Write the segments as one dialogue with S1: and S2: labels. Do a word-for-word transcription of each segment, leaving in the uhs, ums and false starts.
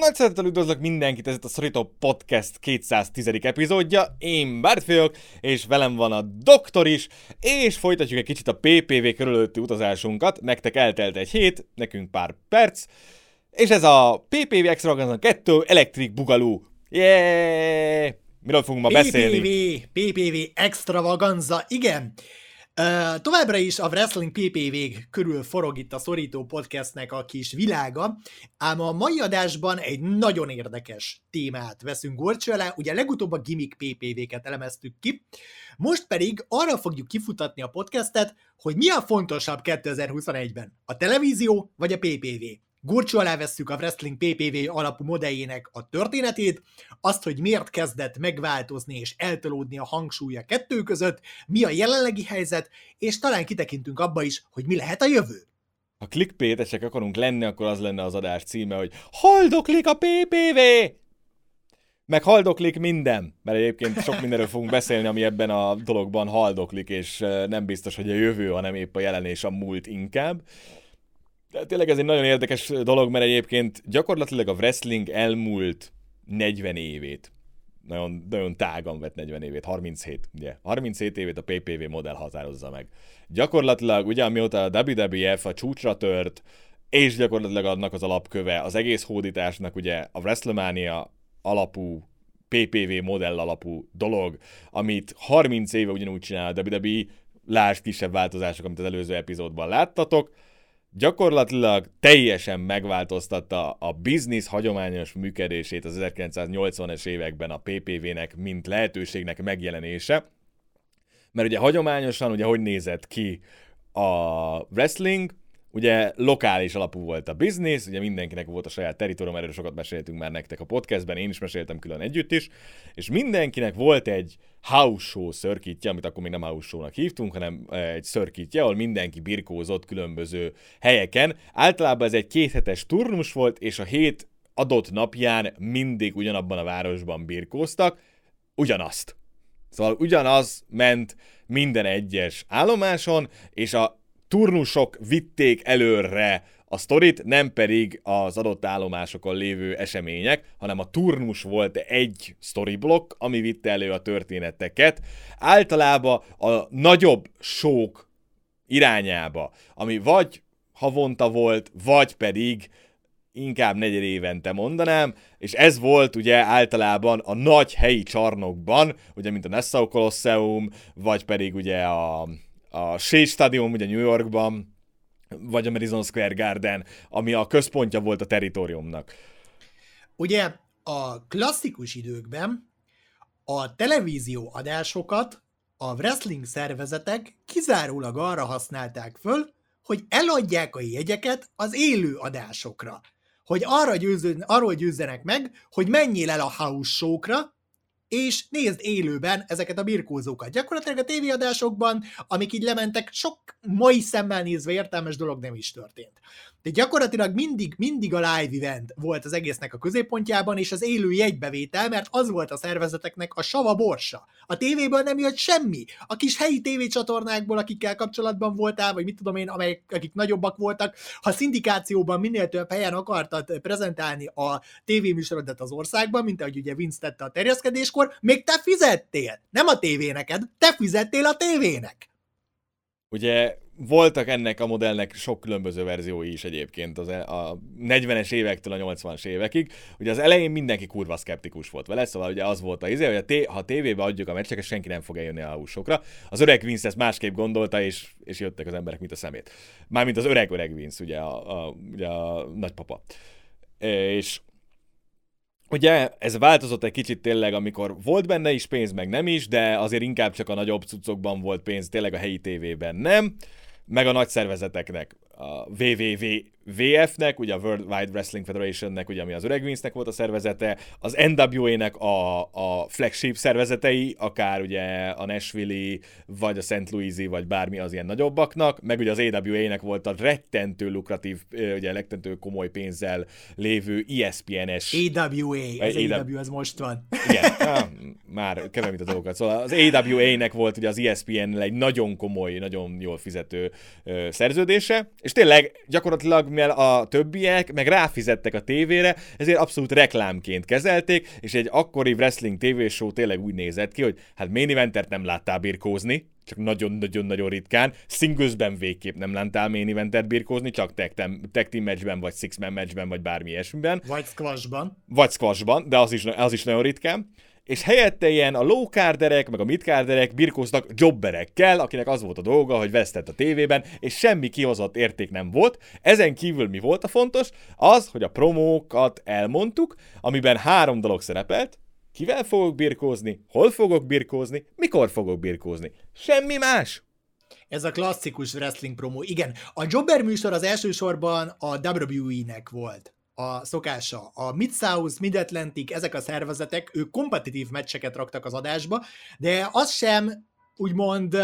S1: Nagy szeretettel üdvözlök mindenkit, ez itt a Szorító Podcast kétszáztíz. epizódja. Én Bárt vagyok, és velem van a doktor is, és folytatjuk egy kicsit a pé pé vé körülötti utazásunkat. Nektek eltelt egy hét, nekünk pár perc, és ez a pé pé vé Extravaganza kettő Electric Boogaloo. Yeah! Miről fogunk ma beszélni?
S2: pé pé vé, pé pé vé Extravaganza, igen. Uh, továbbra is a Wrestling pé pé vé körül forog itt a Szorító Podcastnek a kis világa, ám a mai adásban egy nagyon érdekes témát veszünk górcső alá. Ugye legutóbb a gimmick pé pé vé-ket elemeztük ki, most pedig arra fogjuk kifutatni a podcastet, hogy mi a fontosabb kétezer-huszonegyben, a televízió vagy a pé pé vé. Górcső alá vesszük a Wrestling pé pé vé alapú modelljének a történetét, azt, hogy miért kezdett megváltozni és eltolódni a hangsúly a kettő között, mi a jelenlegi helyzet, és talán kitekintünk abba is, hogy mi lehet a jövő.
S1: Ha clickbaitesek akarunk lenni, akkor az lenne az adás címe, hogy haldoklik a pé pé vé! Meg haldoklik minden, mert egyébként sok mindenről fogunk beszélni, ami ebben a dologban haldoklik, és nem biztos, hogy a jövő, hanem épp a jelen és a múlt inkább. De tényleg ez egy nagyon érdekes dolog, mert egyébként gyakorlatilag a wrestling elmúlt negyven évét, nagyon, nagyon tágan vett negyven évét, harminchét, ugye, harminchét évét a pé pé vé modell határozza meg. Gyakorlatilag, ugye, amióta a dupla vé dupla ef a csúcsra tört, és gyakorlatilag annak az alapköve, az egész hódításnak ugye a WrestleMania alapú, pé pé vé modell alapú dolog, amit harminc éve ugyanúgy csinál a dupla vé dupla e, lásd kisebb változások, amit az előző epizódban láttatok, gyakorlatilag teljesen megváltoztatta a biznisz hagyományos működését az ezerkilencszáznyolcvanas években a pé pé vének, mint lehetőségnek megjelenése. Mert ugye hagyományosan, ugye hogy nézett ki a wrestling, ugye lokális alapú volt a biznisz, ugye mindenkinek volt a saját territórium, erről sokat meséltünk már nektek a podcastben, én is meséltem külön együtt is, és mindenkinek volt egy house show szörkítje, amit akkor még nem house show-nak hívtunk, hanem egy szörkítje, ahol mindenki birkózott különböző helyeken. Általában ez egy kéthetes turnus volt, és a hét adott napján mindig ugyanabban a városban birkóztak, ugyanazt. Szóval ugyanaz ment minden egyes állomáson, és a turnusok vitték előre a sztorit, nem pedig az adott állomásokon lévő események, hanem a turnus volt egy sztoriblokk, ami vitte elő a történeteket. Általában a nagyobb show-k irányába, ami vagy havonta volt, vagy pedig inkább negyed évente mondanám, és ez volt ugye általában a nagy helyi csarnokban, ugye mint a Nassau Colosseum, vagy pedig ugye a a Shea Stadium ugye New Yorkban, vagy a Madison Square Garden, ami a központja volt a territóriumnak.
S2: Ugye a klasszikus időkben a televízió adásokat a wrestling szervezetek kizárólag arra használták föl, hogy eladják a jegyeket az élő adásokra. Hogy arra győzön, arról győzzenek meg, hogy menjél el a house show-kra, és nézd élőben ezeket a birkózókat. Gyakorlatilag a tévéadásokban, amik így lementek, sok mai szemmel nézve értelmes dolog nem is történt. De gyakorlatilag mindig, mindig a live event volt az egésznek a középpontjában, és az élő jegybevétel, mert az volt a szervezeteknek a sava borsa. A tévéből nem jött semmi. A kis helyi tévécsatornákból, akikkel kapcsolatban voltál, vagy mit tudom én, amelyek, akik nagyobbak voltak, ha szindikációban minél több helyen akartad prezentálni a tévéműsorodat az országban, mint ahogy ugye Vince tette a terjeszkedéskor, még te fizettél. Nem a tévé neked, te fizettél a tévének.
S1: Ugye voltak ennek a modellnek sok különböző verziói is egyébként az a negyvenes évektől a nyolcvanas évekig. Ugye az elején mindenki kurva szkeptikus volt vele, szóval ugye az volt a izé, hogy a té- ha a tévébe adjuk a meccseket, senki nem fog eljönni a house-okra. Az öreg Vince ezt másképp gondolta, és, és jöttek az emberek, mint a szemét. Mármint az öreg-öreg Vince, ugye a, a, ugye a nagypapa. És ugye ez változott egy kicsit tényleg, amikor volt benne is pénz, meg nem is, de azért inkább csak a nagyobb cuccokban volt pénz, tényleg a helyi tévében nem, meg a nagy szervezeteknek, a dupla vé dupla vé ef-nek, ugye a World Wide Wrestling Federationnek, ugye ami az öreg Vince-nek volt a szervezete, az en dupla vé á-nek a, a flagship szervezetei, akár ugye a Nashville-i, vagy a Saint Louis-i, vagy bármi az ilyen nagyobbaknak, meg ugye az á dupla vé á-nek volt a rettentő lukratív, ugye rettentő komoly pénzzel lévő é es pé en-es.
S2: á dupla vé á, ez á dupla vé á, ez most van.
S1: Igen, már kevemít a dolgokat. Szóval az á dupla á-nek volt ugye az é es pé en-nel egy nagyon komoly, nagyon jól fizető ö, szerződése, és tényleg gyakorlatilag, mivel a többiek meg ráfizettek a tévére, ezért abszolút reklámként kezelték, és egy akkori wrestling tévéshow tényleg úgy nézett ki, hogy hát main eventert nem láttál birkózni, csak nagyon-nagyon-nagyon ritkán. Singlesben végképp nem láttál main eventert birkózni, csak tag, tag team matchben, vagy six-man matchben, vagy bármi ilyesmiben.
S2: Vagy squashban.
S1: Vagy squashban, de az is, az is nagyon ritkán. És helyette ilyen a low carderek, meg a mid carderek birkóztak jobberekkel, akinek az volt a dolga, hogy vesztett a tévében, és semmi kihozott érték nem volt. Ezen kívül mi volt a fontos? Az, hogy a promókat elmondtuk, amiben három dolog szerepelt. Kivel fogok birkózni, hol fogok birkózni, mikor fogok birkózni. Semmi más.
S2: Ez a klasszikus wrestling promó. Igen, a Jobber műsor az elsősorban a dupla vé dupla é-nek volt a szokása. A Mid-South, Mid-Atlantic, ezek a szervezetek, ők kompetitív meccseket raktak az adásba, de az sem úgymond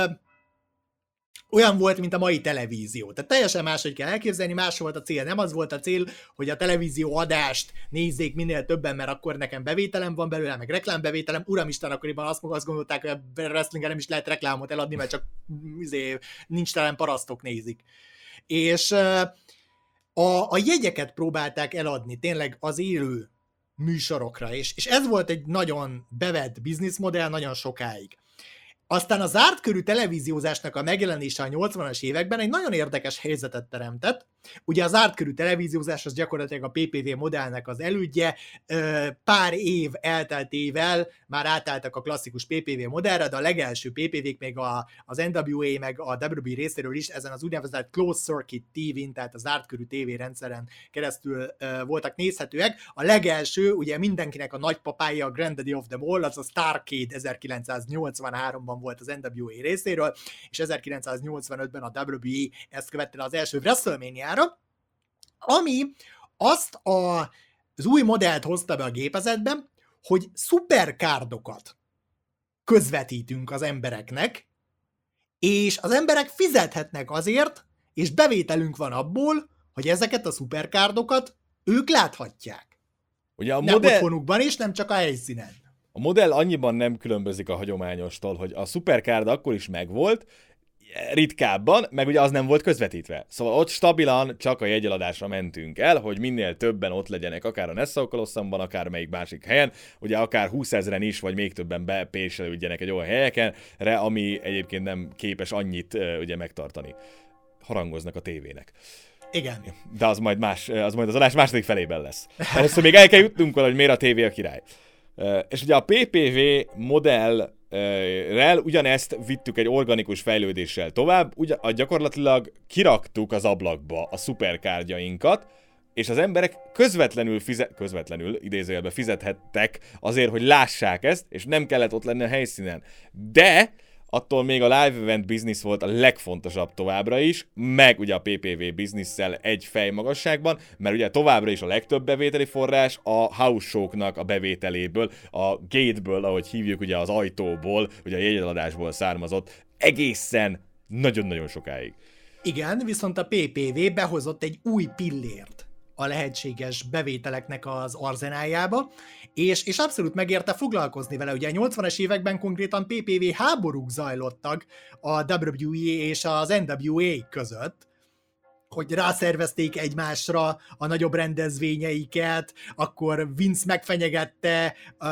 S2: olyan volt, mint a mai televízió. Tehát teljesen máshogy kell elképzelni, más volt a cél. Nem az volt a cél, hogy a televízió adást nézzék minél többen, mert akkor nekem bevételem van belőle, meg reklámbevételem. Uramisten, akkoriban azt, azt gondolták, hogy a wrestlingen nem is lehet reklámot eladni, mert csak izé, nincs talán parasztok nézik. És a, a jegyeket próbálták eladni tényleg az élő műsorokra, és, és ez volt egy nagyon bevett bizniszmodell nagyon sokáig. Aztán a zárt körű televíziózásnak a megjelenése a nyolcvanas években egy nagyon érdekes helyzetet teremtett. Ugye a zárt körű televíziózás az gyakorlatilag a pé pé vé modellnek az elődje, pár év elteltével már átálltak a klasszikus pé pé vé modellre, de a legelső pé pé vék még a, az en dupla vé á meg a dupla vé dupla é részéről is ezen az úgynevezett closed circuit té vén, tehát a zárt körű tévérendszeren keresztül voltak nézhetőek. A legelső, ugye mindenkinek a nagypapája, a Granddaddy of them all, az a Starrcade ezerkilencszáznyolcvanháromban volt az en dupla vé á részéről, és ezerkilencszáznyolcvanötben a dupla vé dupla é ezt követte az első WrestleMania-ra, ami azt a, az új modellt hozta be a gépezetben, hogy szuperkárdokat közvetítünk az embereknek, és az emberek fizethetnek azért, és bevételünk van abból, hogy ezeket a szuperkárdokat ők láthatják.
S1: Ugye a
S2: nem
S1: modell...
S2: otthonukban is, nem csak a helyszínen.
S1: A modell annyiban nem különbözik a hagyományostól, hogy a szuperkárd akkor is megvolt, ritkábban, meg ugye az nem volt közvetítve. Szóval ott stabilan csak a jegyeladásra mentünk el, hogy minél többen ott legyenek, akár a Nassau Coliseumban, akár melyik másik helyen, ugye akár húszezren is, vagy még többen bepéselődjenek egy olyan helyekenre, ami egyébként nem képes annyit ugye megtartani. Harangoznak a tévének.
S2: Igen.
S1: De az majd, más, az majd az adás második felében lesz. Először még el kell jutnunk vele, hogy miért a tévé a király. És ugye a pé pé vé modell rel ugyanezt vittük egy organikus fejlődéssel tovább, ugye, gyakorlatilag kiraktuk az ablakba a szuperkártyainkat, és az emberek közvetlenül, fizet, közvetlenül idézőjelben fizethettek azért, hogy lássák ezt, és nem kellett ott lenni a helyszínen. De attól még a live event business volt a legfontosabb továbbra is, meg ugye a pé pé vé businesszel egy fej magasságban, mert ugye továbbra is a legtöbb bevételi forrás a house show-knak a bevételéből, a gate-ből, ahogy hívjuk, ugye az ajtóból, ugye a jegyeladásból származott egészen nagyon-nagyon sokáig.
S2: Igen, viszont a pé pé vé behozott egy új pillért a lehetséges bevételeknek az arzenáljába, és, és abszolút megérte foglalkozni vele. Ugye a nyolcvanas években konkrétan pé pé vé háborúk zajlottak a dupla vé dupla é és az en dupla vé á között, hogy rászervezték egymásra a nagyobb rendezvényeiket, akkor Vince megfenyegette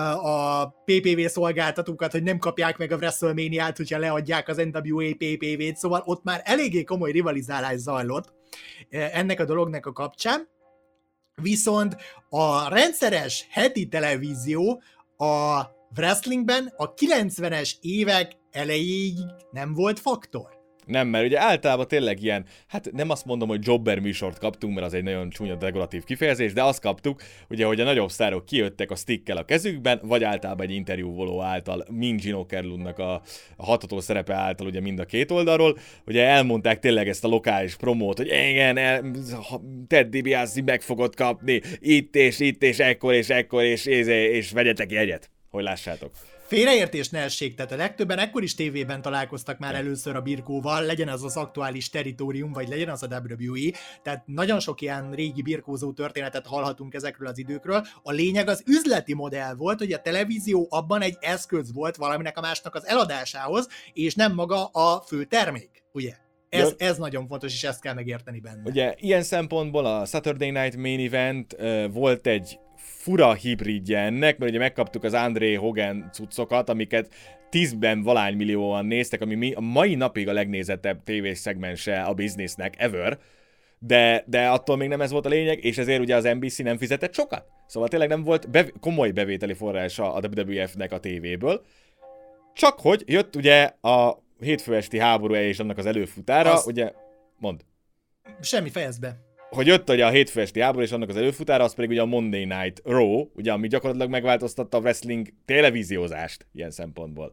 S2: a pé pé vé szolgáltatókat, hogy nem kapják meg a WrestleMania-t, hogyha leadják az en dupla vé á pé pé vét, szóval ott már eléggé komoly rivalizálás zajlott ennek a dolognak a kapcsán. Viszont a rendszeres heti televízió a wrestlingben a kilencvenes évek elejéig nem volt faktor.
S1: Nem, mert ugye általában tényleg ilyen, hát nem azt mondom, hogy jobber műsort kaptunk, mert az egy nagyon csúnya dekoratív kifejezés, de azt kaptuk, ugye, hogy a nagyobb sztárok kijöttek a stickkel a kezükben, vagy általában egy interjúvoló által, mint Gino Kerlunnak a, a hatható szerepe által, ugye mind a két oldalról, ugye elmondták tényleg ezt a lokális promót, hogy igen, el, Ted DiBiase meg fogod kapni, itt és itt és ekkor és ekkor és, és, és vegyetek jegyet. hogy lássátok.
S2: Félreértés ne essék, tehát a legtöbben ekkor is tévében találkoztak már először a birkóval, legyen az az aktuális territórium, vagy legyen az a dupla vé dupla é, tehát nagyon sok ilyen régi birkózó történetet hallhatunk ezekről az időkről. A lényeg az üzleti modell volt, hogy a televízió abban egy eszköz volt valaminek a másnak az eladásához, és nem maga a fő termék, ugye? Ez, ez nagyon fontos, és ezt kell megérteni benne.
S1: Ugye ilyen szempontból a Saturday Night Main Event uh, volt egy fura hibridje ennek, mert ugye megkaptuk az André Hogan cuccokat, amiket tízben valány millióan néztek, ami mi, a mai napig a legnézettebb tévés szegmense a businessnek ever, de, de attól még nem ez volt a lényeg, és ezért ugye az en bé cé nem fizetett sokat. Szóval tényleg nem volt bev- komoly bevételi forrása a dupla vé dupla ef-nek a tévéből. Csak hogy jött ugye a hétfő esti háború és annak az előfutára, az... ugye, mondd.
S2: Semmi, fejezd be.
S1: Hogy jött ugye a hétfő esti háború és annak az előfutára, az pedig ugye a Monday Night Raw, ugye, ami gyakorlatilag megváltoztatta a wrestling televíziózást ilyen szempontból.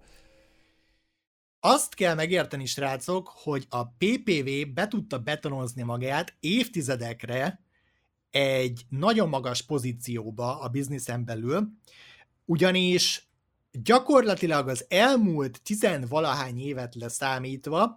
S2: Azt kell megérteni, srácok, hogy a pé pé vé be tudta betonozni magát évtizedekre egy nagyon magas pozícióba a bizniszen belül, ugyanis gyakorlatilag az elmúlt tizenvalahány évet leszámítva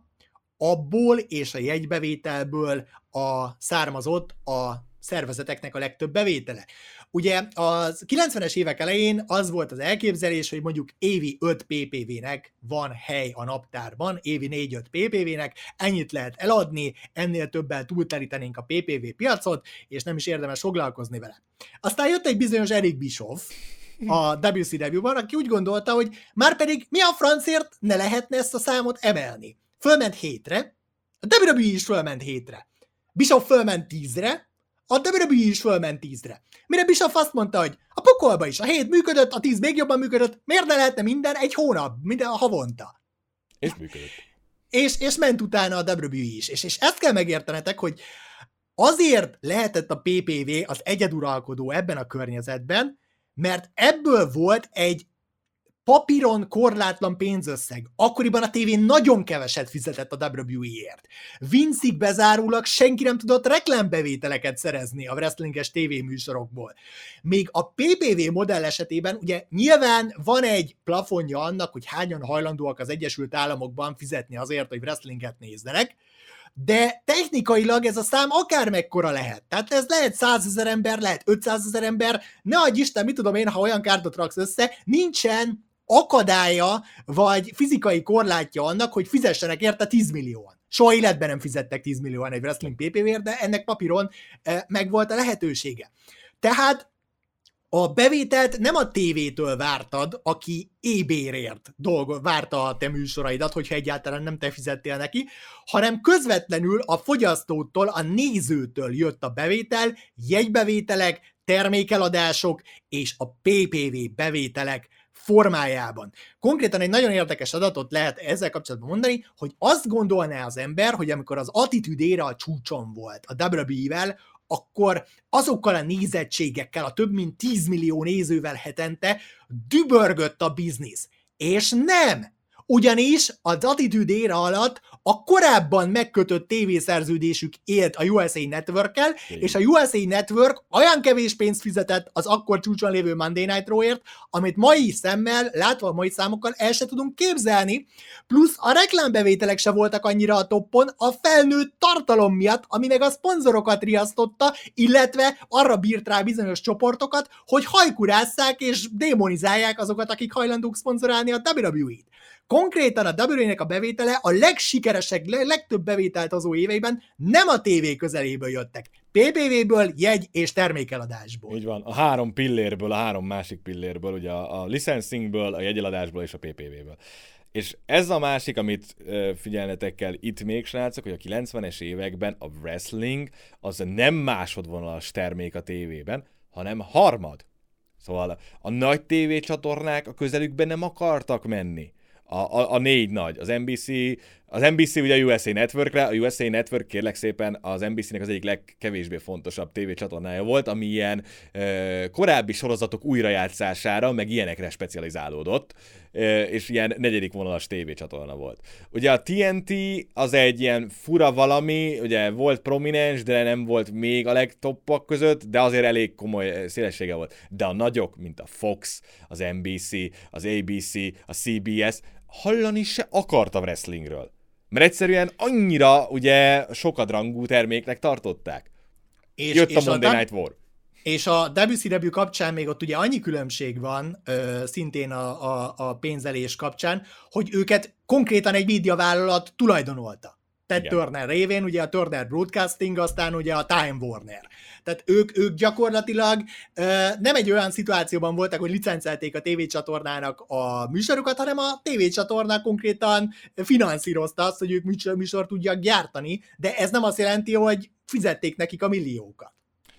S2: abból és a jegybevételből a származott a szervezeteknek a legtöbb bevétele. Ugye a kilencvenes évek elején az volt az elképzelés, hogy mondjuk évi öt pé pé vé-nek van hely a naptárban, évi négy-öt pé pé vé-nek, ennyit lehet eladni, ennél többel túlterítenénk a pé pé vé piacot, és nem is érdemes foglalkozni vele. Aztán jött egy bizonyos Eric Bischoff a dupla cé dupla é-ban, aki úgy gondolta, hogy már pedig mi a francért ne lehetne ezt a számot emelni. Fölment hétre, a dupla vé dupla é is fölment hétre, Bischoff fölment tízre, a dupla vé dupla é is fölment tízre. Mire Bischoff azt mondta, hogy a pokolba is a hét működött, a tíz még jobban működött, miért ne lehetne minden egy hónap, minden a havonta.
S1: És működött.
S2: És, és ment utána a dupla vé dupla é is. És, és ezt kell megértenetek, hogy azért lehetett a pé pé vé az egyeduralkodó ebben a környezetben, mert ebből volt egy papíron korlátlan pénzösszeg. Akkoriban a tévén nagyon keveset fizetett a dupla vé dupla é-ért. Vince-ig bezárólag senki nem tudott reklámbevételeket szerezni a wrestlinges tévéműsorokból. Még a pé pé vé modell esetében ugye nyilván van egy plafonja annak, hogy hányan hajlandóak az Egyesült Államokban fizetni azért, hogy wrestlinget nézzenek, de technikailag ez a szám akár mekkora lehet. Tehát ez lehet százezer ember, lehet ötszázezer ember, ne adj Isten, mit tudom én, ha olyan kártot raksz össze, nincsen akadálya, vagy fizikai korlátja annak, hogy fizessenek érte tíz millióan. Soha életben nem fizettek tíz millióan egy wrestling pé pé vé-ért, de ennek papíron e, megvolt a lehetősége. Tehát a bevételt nem a tévétől vártad, aki ébérért dolgo, várta a te műsoraidat, hogyha egyáltalán nem te fizettél neki, hanem közvetlenül a fogyasztótól, a nézőtől jött a bevétel, jegybevételek, termékeladások és a pé pé vé bevételek formájában. Konkrétan egy nagyon érdekes adatot lehet ezzel kapcsolatban mondani, hogy azt gondolná az ember, hogy amikor az Attitude Era a csúcson volt a dupla vé dupla é-vel, akkor azokkal a nézettségekkel, a több mint tíz millió nézővel hetente dübörgött a biznisz. És nem! Ugyanis az Attitude Era alatt a korábban megkötött tévészerződésük élt a u es á Network-kel, és a u es á Network olyan kevés pénzt fizetett az akkor csúcson lévő Monday Night Raw-ért, amit mai szemmel, látva a mai számokkal el se tudunk képzelni, plusz a reklámbevételek se voltak annyira a toppon a felnőtt tartalom miatt, ami meg a szponzorokat riasztotta, illetve arra bírt rá bizonyos csoportokat, hogy hajkurásszák és démonizálják azokat, akik hajlandók szponzorálni a dupla vé dupla é-t. Konkrétan a dupla vé dupla é-nek a bevétele a legsikeresebb, legtöbb bevételt hozó éveiben nem a tévé közeléből jöttek. pé pé vé-ből, jegy- és termékeladásból.
S1: Így van, a három pillérből, a három másik pillérből, ugye a, a licensingből, a jegyeladásból és a pé pé vé-ből. És ez a másik, amit figyelnetek kell itt még, srácok, hogy a kilencvenes években a wrestling az nem másodvonalas termék a tévében, hanem harmad. Szóval a nagy tévécsatornák a közelükben nem akartak menni. A, a, a négy nagy, az en bé cé, Az en bé cé ugye a u es á Networkre, a u es á Network kérlek szépen az en bé cének az egyik legkevésbé fontosabb tévécsatornája volt, ami ilyen ö, korábbi sorozatok újrajátszására, meg ilyenekre specializálódott, ö, és ilyen negyedik vonalas tévécsatorna volt. Ugye a té en té az egy ilyen fura valami, ugye volt prominens, de nem volt még a legtoppak között, de azért elég komoly szélessége volt. De a nagyok, mint a Fox, az en bé cé, az á bé cé, a cé bé es, hallani se akart a wrestlingről. Mert egyszerűen annyira ugye sokadrangú terméknek tartották. És, Jött és a Monday a Night War.
S2: És a dupla vé cé dupla vé kapcsán még ott ugye annyi különbség van, ö, szintén a, a, a pénzelés kapcsán, hogy őket konkrétan egy médiavállalat tulajdonolta. Ted Igen. Turner révén, ugye a Turner Broadcasting, aztán ugye a Time Warner. Tehát ők, ők gyakorlatilag ö, nem egy olyan szituációban voltak, hogy licencelték a tévécsatornának a műsorokat, hanem a tévécsatorna konkrétan finanszírozta azt, hogy ők műsor, műsor tudják gyártani, de ez nem azt jelenti, hogy fizették nekik a milliókat.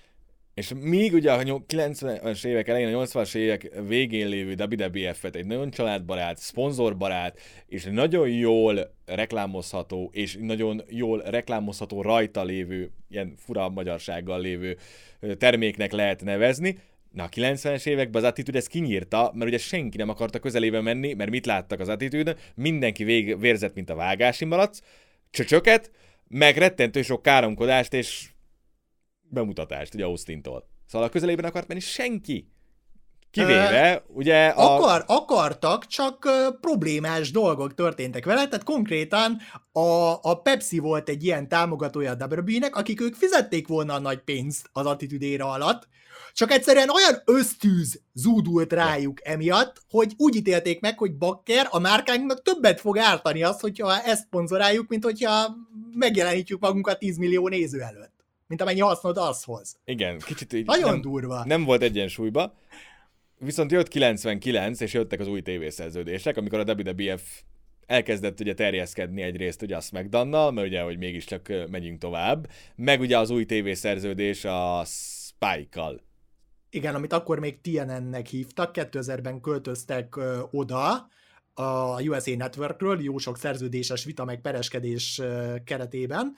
S1: És még ugye a kilencvenes évek elején, a nyolcvanas évek végén lévő dupla vé dupla vé ef-et egy nagyon családbarát, szponzorbarát, és nagyon jól reklámozható, és nagyon jól reklámozható rajta lévő, ilyen fura magyarsággal lévő terméknek lehet nevezni. Na, a kilencvenes években az Attitude ezt kinyírta, mert ugye senki nem akarta közelébe menni, mert mit láttak az Attitude-n? Mindenki vég, vérzett, mint a vágási malac, csöcsöket, meg rettentő sok káromkodást, és bemutatást, ugye Austin-tól. Szóval a közelében akart menni senki. Kivéve, uh, ugye
S2: a... Akar, akartak, csak uh, problémás dolgok történtek vele, tehát konkrétan a, a Pepsi volt egy ilyen támogatója a dupla vé dupla vé-nek, akik ők fizették volna a nagy pénzt az Attitude éra alatt, csak egyszerűen olyan ösztűz zúdult rájuk emiatt, hogy úgy ítélték meg, hogy bakker, a márkánknak többet fog ártani az, hogyha ezt szponzoráljuk, mint hogyha megjelenítjük magunkat tíz millió néző előtt. Mint amennyi hasznod az hoz.
S1: Igen, kicsit így
S2: nagyon
S1: nem,
S2: durva.
S1: Nem volt egyensúlyba. Viszont jött kilencvenkilenc, és jöttek az új tévészerződések, amikor a dupla vé dupla vé ef elkezdett ugye terjeszkedni egyrészt ugye a SmackDownnal, mert ugye, hogy mégiscsak megyünk tovább, meg ugye az új tévészerződés a Spike-kal.
S2: Igen, amit akkor még té en en-nek hívtak, kétezerben költöztek ö, oda a u es á Networkről, jó sok szerződéses vita meg pereskedés ö, keretében.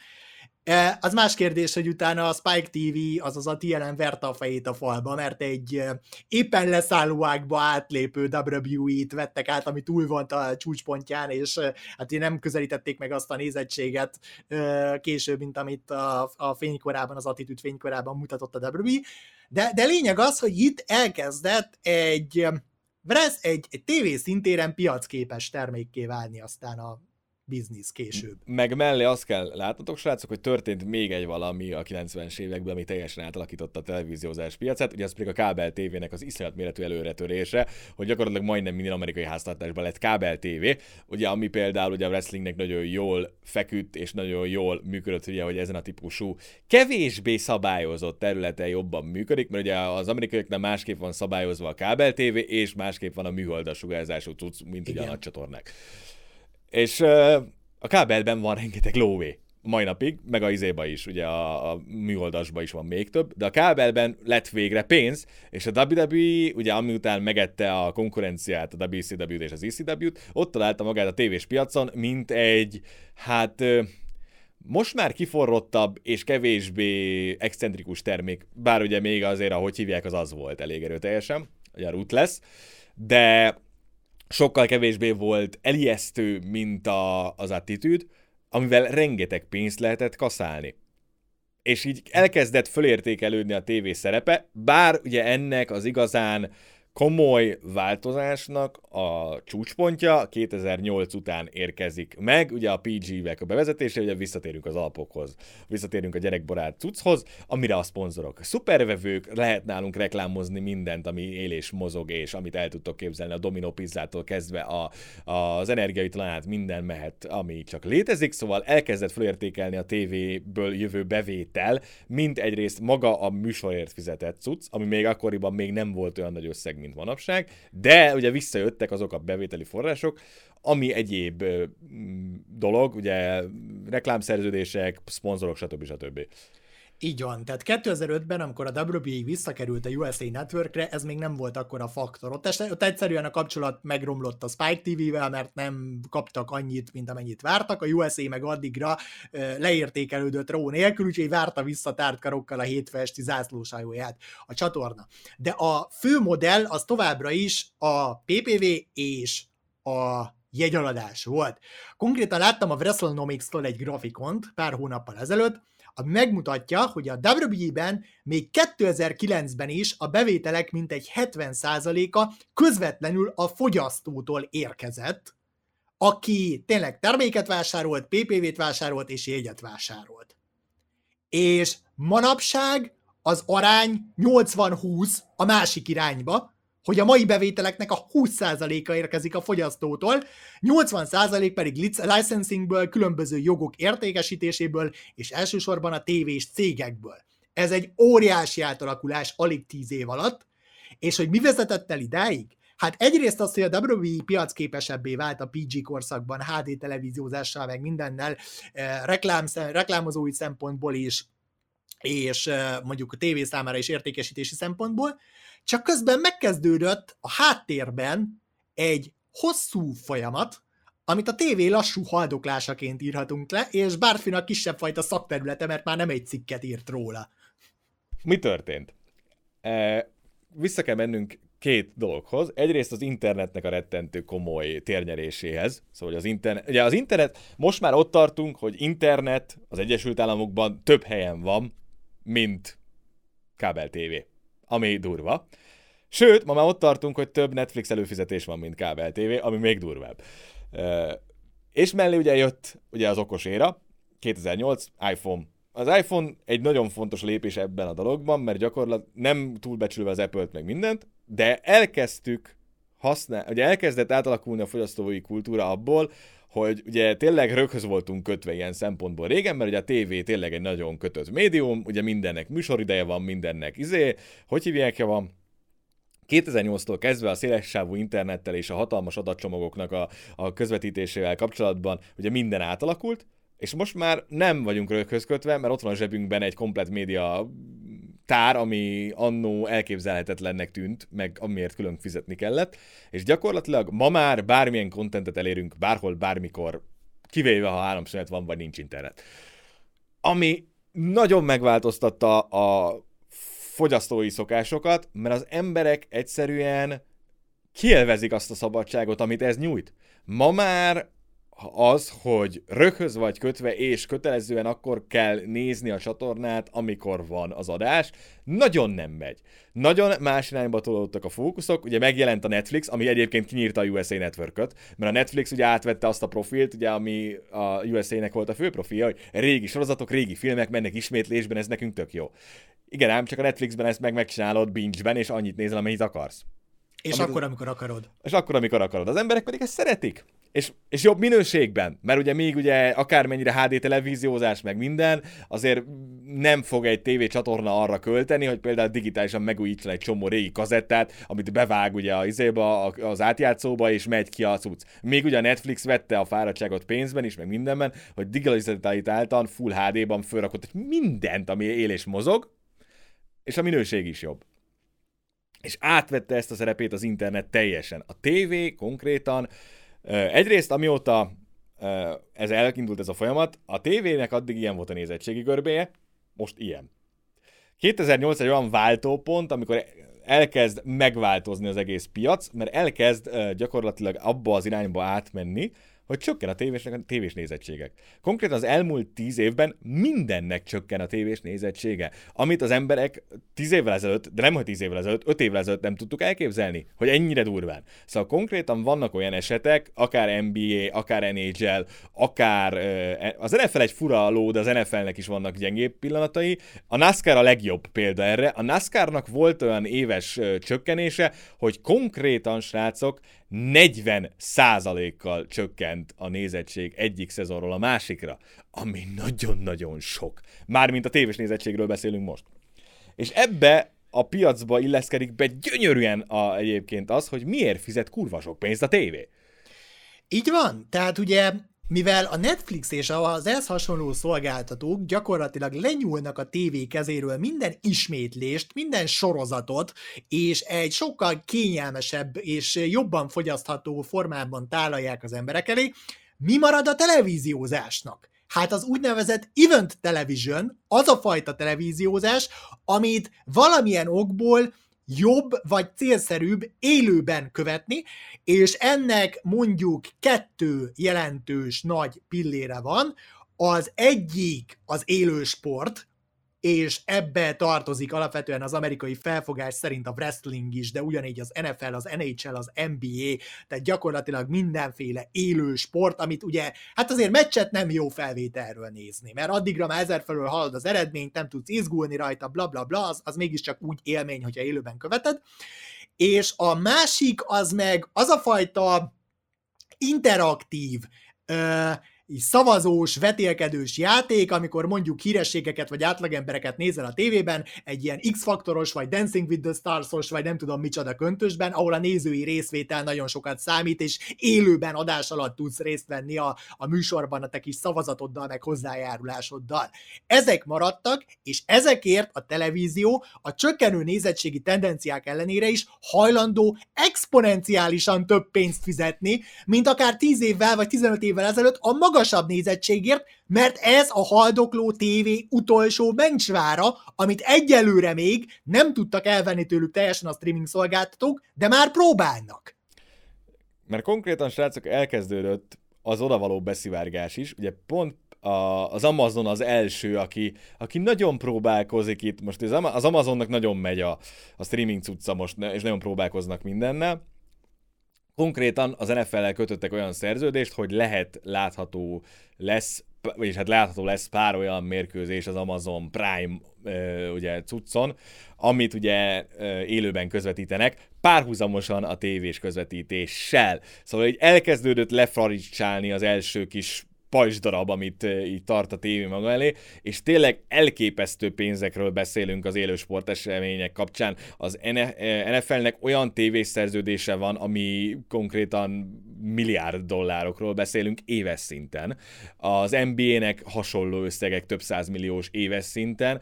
S2: Az más kérdés, hogy utána a Spike té vé, azaz a té en en verte a fejét a falba, mert egy éppen leszálló ágba átlépő dupla vé dupla vé-t vettek át, ami túl volt a csúcspontján, és hát nem közelítették meg azt a nézettséget később, mint amit a, a fénykorában, az Attitude fénykorában mutatott a dupla vé dupla vé. De, de lényeg az, hogy itt elkezdett egy, egy, egy tévé szintéren piacképes termékké válni aztán a biznisz később.
S1: Meg mellé azt kell látnotok, srácok, hogy történt még egy valami a kilencvenes években, ami teljesen átalakította a televíziózás piacát, ugye az pedig a kábel tévének az iszonyat méretű előretörése, hogy gyakorlatilag majdnem minden amerikai háztartásban lett kábel tévé, ugye ami például ugye a wrestlingnek nagyon jól feküdt, és nagyon jól működött, ugye, hogy ezen a típusú kevésbé szabályozott területen jobban működik, mert ugye az amerikaiaknál másképp van szabályozva a kábel tévé, és másképp van a műholdas sugárzású cucc, mint ugye a nagy csatornák. És uh, a kábelben van rengeteg lóvé, mai napig, meg a izéba is, ugye a, a műholdasba is van még több, de a kábelben lett végre pénz, és a dupla vé dupla vé, ugye ami után megette a konkurenciát, a dupla vé cé dupla vé-t és az í cé dupla vé-t, ott találta magát a tévés piacon, mint egy, hát uh, most már kiforrottabb és kevésbé excentrikus termék, bár ugye még azért, ahogy hívják, az az volt elég erőteljesen, ugye a Ruthless, de sokkal kevésbé volt elijesztő, mint a, az Attitude, amivel rengeteg pénzt lehetett kaszálni. És így elkezdett fölértékelődni a tévé szerepe, bár ugye ennek az igazán komoly változásnak a csúcspontja kétezer-nyolc után érkezik meg, ugye a pé gé-vek a bevezetése, ugye visszatérünk az alapokhoz, visszatérünk a gyerekbarát cucchoz, amire a szponzorok szupervevők, lehet nálunk reklámozni mindent, ami él és mozog, és amit el tudtok képzelni, a Domino pizzától kezdve a, az energiaitalán minden mehet, ami csak létezik, szóval elkezdett felértékelni a tévéből jövő bevétel, mint egyrészt maga a műsorért fizetett cucc, ami még akkoriban még nem volt olyan nagy összeg, mint manapság, de ugye visszajöttek azok a bevételi források, ami egyéb ö, dolog, ugye reklámszerződések, szponzorok, stb. stb.
S2: Így van, tehát kétezer-ötben, amikor a dupla vé dupla vé visszakerült a U S A Networkre, ez még nem volt akkora faktor. Ott, est- ott egyszerűen a kapcsolat megromlott a Spike té vével, mert nem kaptak annyit, mint amennyit vártak, a U S A meg addigra uh, leértékelődött ró nélkül, úgyhogy várta vissza tárt karokkal a hétfő esti zászlóshajóját a csatorna. De a fő modell az továbbra is a pé pé vé és a jegyaladás volt. Konkrétan láttam a WrestleNomics-tól egy grafikont pár hónappal ezelőtt, ami megmutatja, hogy a dupla vé dupla vé-ben még kétezer-kilencben is a bevételek mintegy hetven százaléka közvetlenül a fogyasztótól érkezett, aki tényleg terméket vásárolt, pé pé vét vásárolt és jegyet vásárolt. És manapság az arány nyolcvan húsz a másik irányba, hogy a mai bevételeknek a húsz százaléka érkezik a fogyasztótól, nyolcvan százalék pedig licensingből, különböző jogok értékesítéséből, és elsősorban a tévés cégekből. Ez egy óriási átalakulás alig tíz év alatt, és hogy mi vezetett el idáig? Hát egyrészt az, hogy a dupla vé dupla vé piacképesebbé vált a pé gé korszakban, há dé televíziózással, meg mindennel, reklám, reklámozói szempontból is, és mondjuk a tévé számára is értékesítési szempontból, csak közben megkezdődött a háttérben egy hosszú folyamat, amit a tévé lassú haldoklásaként írhatunk le, és Bárfinak kisebb fajta szakterülete, mert már nem egy cikket írt róla.
S1: Mi történt? E, vissza kell mennünk két dologhoz. Egyrészt az internetnek a rettentő komoly térnyeréséhez. Szóval az internet, ugye az internet, most már ott tartunk, hogy internet az Egyesült Államokban több helyen van, mint kábel tévé. Ami durva. Sőt, ma már ott tartunk, hogy több Netflix előfizetés van, mint kábel tévé, ami még durvább. Uh, és mellé ugye jött ugye az okos éra, kétezer-nyolc, iPhone. Az iPhone egy nagyon fontos lépés ebben a dologban, mert gyakorlatilag nem túlbecsülve az Apple-t meg mindent, de elkezdtük használni, ugye elkezdett átalakulni a fogyasztói kultúra abból, hogy ugye tényleg röghöz voltunk kötve ilyen szempontból régen, mert ugye a tévé tényleg egy nagyon kötött médium, ugye mindennek műsorideje van, mindennek izé, hogy hívják van. kétezer-nyolctól kezdve a szélessávú internettel és a hatalmas adatcsomagoknak a, a közvetítésével kapcsolatban ugye minden átalakult, és most már nem vagyunk röghöz kötve, mert ott van a zsebünkben egy komplett média tár, ami annó elképzelhetetlennek tűnt, meg amiért külön fizetni kellett, és gyakorlatilag ma már bármilyen kontentet elérünk, bárhol, bármikor, kivéve ha háromszönet van, vagy nincs internet. Ami nagyon megváltoztatta a fogyasztói szokásokat, mert az emberek egyszerűen kielvezik azt a szabadságot, amit ez nyújt. Ma már az, hogy röghöz vagy kötve, és kötelezően akkor kell nézni a csatornát, amikor van az adás, nagyon nem megy. Nagyon más irányba tolódtak a fókuszok, ugye megjelent a Netflix, ami egyébként kinyírta a U S A Networköt, mert a Netflix ugye átvette azt a profilt, ugye, ami a U S A-nek volt a fő profilja, hogy régi sorozatok, régi filmek mennek ismétlésben, ez nekünk tök jó. Igen, ám csak a Netflixben ezt meg megcsinálod binge-ben, és annyit nézel, amennyit akarsz.
S2: És
S1: Amit
S2: akkor,
S1: az...
S2: amikor akarod.
S1: És akkor, amikor akarod. Az emberek pedig ezt szeretik. És, és jobb minőségben, mert ugye még ugye akármennyire há dé televíziózás meg minden, azért nem fog egy tévécsatorna arra költeni, hogy például digitálisan megújítson egy csomó régi kazettát, amit bevág ugye az izéba, az átjátszóba, és megy ki a cucc. Még ugye a Netflix vette a fáradtságot pénzben is, meg mindenben, hogy digitalizáltan full há dé-ban fölrakott mindent, ami él és mozog, és a minőség is jobb. És átvette ezt a szerepét az internet teljesen. A tévé konkrétan, egyrészt amióta ez elindult ez a folyamat, a tévének addig ilyen volt a nézettségi görbéje, most ilyen. kétezer-nyolc egy olyan váltópont, amikor elkezd megváltozni az egész piac, mert elkezd gyakorlatilag abba az irányba átmenni, hogy csökken a tévésnek a tévés nézettségek. Konkrétan az elmúlt tíz évben mindennek csökken a tévés nézettsége, amit az emberek tíz évvel ezelőtt, de nem hogy tíz évvel ezelőtt, öt évvel ezelőtt nem tudtuk elképzelni, hogy ennyire durván. Szóval konkrétan vannak olyan esetek, akár en bé á, akár en há el, akár az en ef el egy fura ló, de az en ef elnek is vannak gyengébb pillanatai. A NASCAR a legjobb példa erre. A NASCARnak volt olyan éves csökkenése, hogy konkrétan, srácok, negyven százalékkal csökkent a nézettség egyik szezonról a másikra, ami nagyon-nagyon sok. Mármint a tévés nézettségről beszélünk most. És ebbe a piacba illeszkedik be gyönyörűen a, egyébként az, hogy miért fizet kurva sok pénzt a tévé.
S2: Így van, tehát ugye Mivel a Netflix és az ehhez hasonló szolgáltatók gyakorlatilag lenyúlnak a tévé kezéről minden ismétlést, minden sorozatot, és egy sokkal kényelmesebb és jobban fogyasztható formában tálalják az emberek elé, mi marad a televíziózásnak? Hát az úgynevezett event television, az a fajta televíziózás, amit valamilyen okból jobb vagy célszerűbb élőben követni, és ennek mondjuk kettő jelentős nagy pillére van. Az egyik az élősport, és ebbe tartozik alapvetően az amerikai felfogás szerint a wrestling is, de ugyanígy az en ef el, az en há el, az en bé á, tehát gyakorlatilag mindenféle élő sport, amit ugye, hát azért meccset nem jó felvételről nézni, mert addigra már ezer felől hallod az eredményt, nem tudsz izgulni rajta, bla bla bla, az, az mégiscsak úgy élmény, hogyha élőben követed. És a másik az meg az a fajta interaktív, ö, szavazós, vetélkedős játék, amikor mondjuk hírességeket vagy átlagembereket nézel a tévében, egy ilyen X-faktoros, vagy Dancing with the Stars-os, vagy nem tudom micsoda köntösben, ahol a nézői részvétel nagyon sokat számít, és élőben adás alatt tudsz részt venni a, a műsorban a te kis szavazatoddal, meg hozzájárulásoddal. Ezek maradtak, és ezekért a televízió a csökkenő nézettségi tendenciák ellenére is hajlandó exponenciálisan több pénzt fizetni, mint akár tíz évvel vagy tizenöt évvel ezelőtt a maga magasabb nézettségért, mert ez a haldokló tévé utolsó mencsvára, amit egyelőre még nem tudtak elvenni tőlük teljesen a streaming szolgáltatók, de már próbálnak.
S1: Mert konkrétan, srácok, elkezdődött az odavaló beszivárgás is, ugye pont a, az Amazon az első, aki, aki nagyon próbálkozik itt, most az Amazonnak nagyon megy a, a streaming cucca most, és nagyon próbálkoznak mindennel. Konkrétan az en ef el-lel kötöttek olyan szerződést, hogy lehet látható lesz, vagyis hát látható lesz pár olyan mérkőzés az Amazon Prime ugye cuccon, amit ugye élőben közvetítenek, párhuzamosan a tévés közvetítéssel. Szóval így elkezdődött lefraricsálni az első kis pajzsdarab, amit így tart a tévé maga elé, és tényleg elképesztő pénzekről beszélünk az élősport események kapcsán. Az en ef el-nek olyan tévés szerződése van, ami konkrétan milliárd dollárokról beszélünk éves szinten. Az en bé á-nek hasonló összegek több százmilliós éves szinten.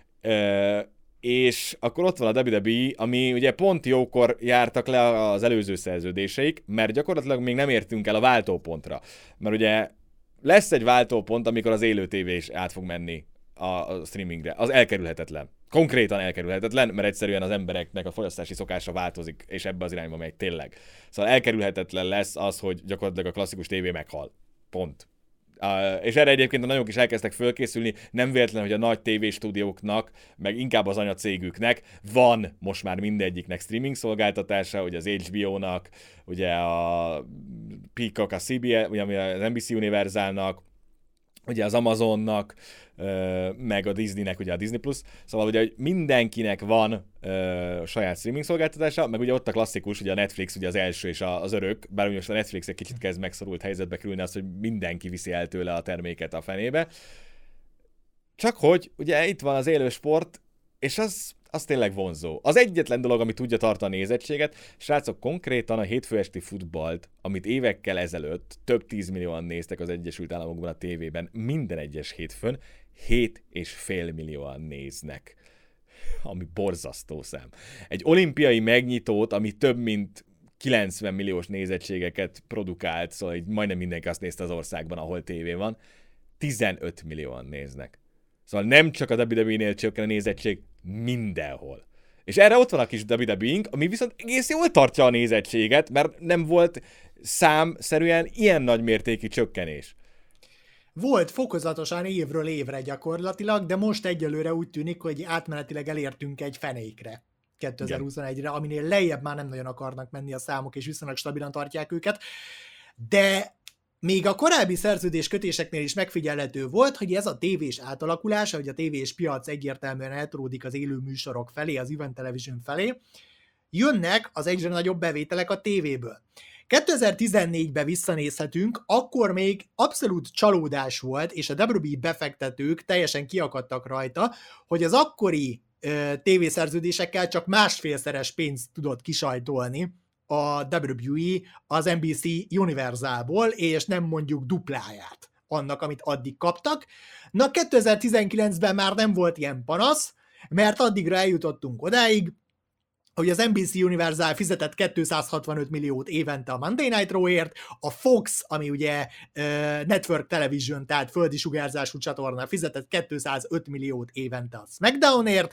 S1: És akkor ott van a dupla vé dupla vé é, ami ugye pont jókor jártak le az előző szerződéseik, mert gyakorlatilag még nem értünk el a váltópontra. Mert ugye lesz egy váltópont, amikor az élő tévé is át fog menni a, a streamingre. Az elkerülhetetlen. Konkrétan elkerülhetetlen, mert egyszerűen az embereknek a fogyasztási szokása változik, és ebbe az irányba megy tényleg. Szóval elkerülhetetlen lesz az, hogy gyakorlatilag a klasszikus tévé meghal. Pont. Uh, és erre egyébként a nagyok is elkezdtek fölkészülni, nem véletlen, hogy a nagy tévéstúdióknak, meg inkább az anyacégüknek van most már mindegyiknek streaming szolgáltatása, ugye az há bé ó-nak, ugye a Peacock, a cé bé es, ugye az en bé cé Universalnak, ugye az Amazonnak, meg a Disneynek, ugye a Disney Plus, szóval ugye mindenkinek van ö, saját streaming szolgáltatása, meg ugye ott a klasszikus, ugye a Netflix ugye az első és az örök, bár ugye most a Netflix egy kicsit kezd megszorult helyzetbe kerülni az, hogy mindenki viszi el tőle a terméket a fenébe. Csak hogy ugye itt van az élő sport, és az, az tényleg vonzó. Az egyetlen dolog, ami tudja tartani a nézettséget, srácok, konkrétan a hétfő esti futballt, amit évekkel ezelőtt több tízmillióan néztek az Egyesült Államokban a tévében, minden egyes hétfőn, hét és fél millióan néznek. Ami borzasztó szám. Egy olimpiai megnyitót, ami több mint kilencven milliós nézettségeket produkált, szóval így majdnem mindenki azt nézte az országban, ahol tévé van, tizenöt millióan néznek. Szóval nem csak a dupla vé dupla vé-nél csökken a nézettség, mindenhol. És erre ott van a kis dupla vé dupla vé-ink, ami viszont egész jól tartja a nézettséget, mert nem volt számszerűen ilyen nagy mértékű csökkenés.
S2: Volt fokozatosan évről évre gyakorlatilag, de most egyelőre úgy tűnik, hogy átmenetileg elértünk egy fenékre kétezer-huszonegyre, aminél lejjebb már nem nagyon akarnak menni a számok, és viszonylag stabilan tartják őket. De még a korábbi szerződés kötéseknél is megfigyelhető volt, hogy ez a tévés átalakulás, hogy a tévés piac egyértelműen eltolódik az élő műsorok felé, az event television felé, jönnek az egyre nagyobb bevételek a tévéből. kétezer-tizennégybe visszanézhetünk, akkor még abszolút csalódás volt, és a dupla vé dupla vé befektetők teljesen kiakadtak rajta, hogy az akkori ö, tévészerződésekkel csak másfélszeres pénzt tudott kisajtolni a dupla vé dupla vé e az en bé cé Universalból, és nem mondjuk dupláját annak, amit addig kaptak. Na, kétezer-tizenkilencben már nem volt ilyen panasz, mert addigra eljutottunk odáig, hogy az en bé cé Universal fizetett kétszázhatvanöt milliót évente a Monday Night Raw-ért, a Fox, ami ugye uh, Network Television, tehát földi sugárzású csatorna, fizetett kétszázöt milliót évente a SmackDownért,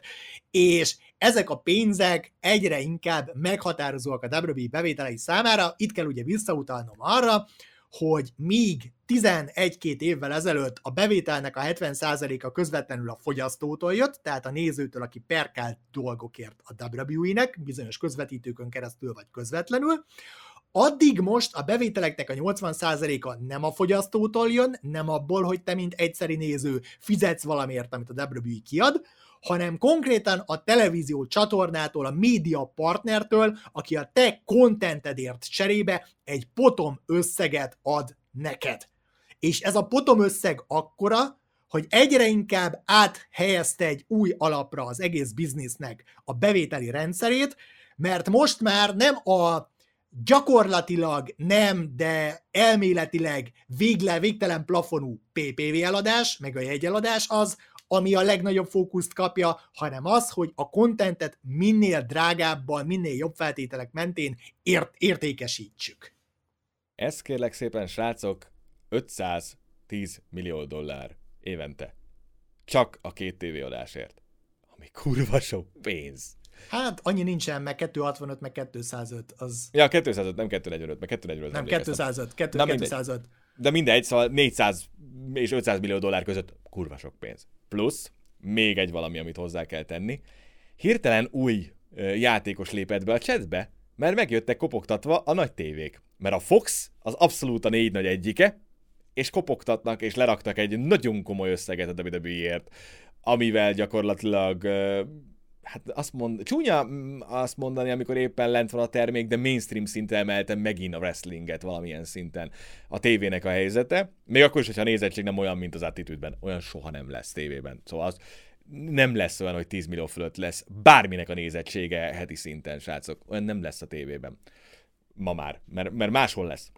S2: és ezek a pénzek egyre inkább meghatározóak a dupla vé dupla vé bevételei számára. Itt kell ugye visszautalnom arra, hogy míg tizenegy-két évvel ezelőtt a bevételnek a hetven százaléka közvetlenül a fogyasztótól jött, tehát a nézőtől, aki perkált dolgokért a dupla vé dupla vé-nek, bizonyos közvetítőkön keresztül vagy közvetlenül, addig most a bevételeknek a nyolcvan százaléka nem a fogyasztótól jön, nem abból, hogy te mint egyszeri néző fizetsz valamiért, amit a dupla vé dupla vé kiad, hanem konkrétan a televízió csatornától, a média partnertől, aki a te contentedért cserébe egy potom összeget ad neked. És ez a potom összeg akkora, hogy egyre inkább áthelyezte egy új alapra az egész biznisznek a bevételi rendszerét, mert most már nem a gyakorlatilag nem, de elméletileg végle, végtelen plafonú pé pé vé eladás, meg a jegyeladás az, ami a legnagyobb fókuszt kapja, hanem az, hogy a contentet minél drágábban, minél jobb feltételek mentén ért, értékesítsük.
S1: Ez kérlek szépen, srácok, ötszáztíz millió dollár évente. Csak a két tévéadásért. Ami kurva sok pénz.
S2: Hát annyi nincsen, meg kétszázhatvanöt, meg kétszázöt, az...
S1: Ja, kétszázöt, nem kétszáznegyvenöt, meg kétszáznegyvenöt.
S2: Nem, kétszázöt, kétszázöt.
S1: De mindegy, szóval négyszáz és ötszáz millió dollár között kurva sok pénz. Plusz, még egy valami, amit hozzá kell tenni. Hirtelen új ö, játékos lépett be a chatbe, mert megjöttek kopogtatva a nagy tévék. Mert a Fox az abszolút a négy nagy egyike, és kopogtatnak, és leraktak egy nagyon komoly összeget a dupla vé dupla vé-ért, amivel gyakorlatilag... Ö, hát azt mond, csúnya azt mondani, amikor éppen lent van a termék, de mainstream szintre emeltem megint a wrestlinget valamilyen szinten. A tévének a helyzete, még akkor is, hogyha a nézettség nem olyan, mint az Attitude-ben, olyan soha nem lesz tévében. Szóval az nem lesz olyan, hogy tíz millió fölött lesz bárminek a nézettsége heti szinten, srácok. Olyan nem lesz a tévében. Ma már, mert, mert máshol lesz.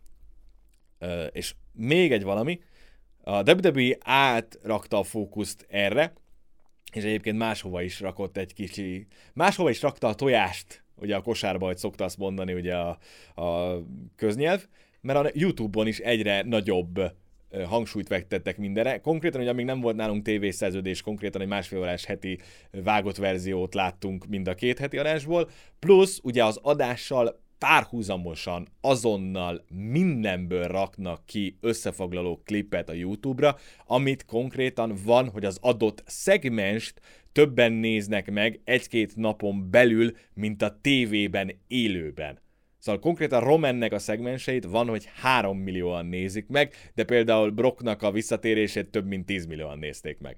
S1: Ö, és még egy valami, a dupla vé dupla vé átrakta a fókuszt erre, és egyébként máshova is rakott egy kicsi... Máshova is rakta a tojást, ugye a kosárba, hogy szokta azt mondani ugye a, a köznyelv, mert a YouTube-on is egyre nagyobb hangsúlyt fektettek mindenre. Konkrétan, ugye amíg nem volt nálunk tévészerződés, konkrétan egy másfél órás heti vágott verziót láttunk mind a két heti adásból, plusz ugye az adással párhuzamosan, azonnal mindenből raknak ki összefoglaló klippet a YouTube-ra, amit konkrétan van, hogy az adott szegmenst többen néznek meg egy-két napon belül, mint a tévében élőben. Szóval konkrétan Romannek a szegmenseit van, hogy három millióan nézik meg, de például Brocknak a visszatérését több mint tíz millióan nézték meg.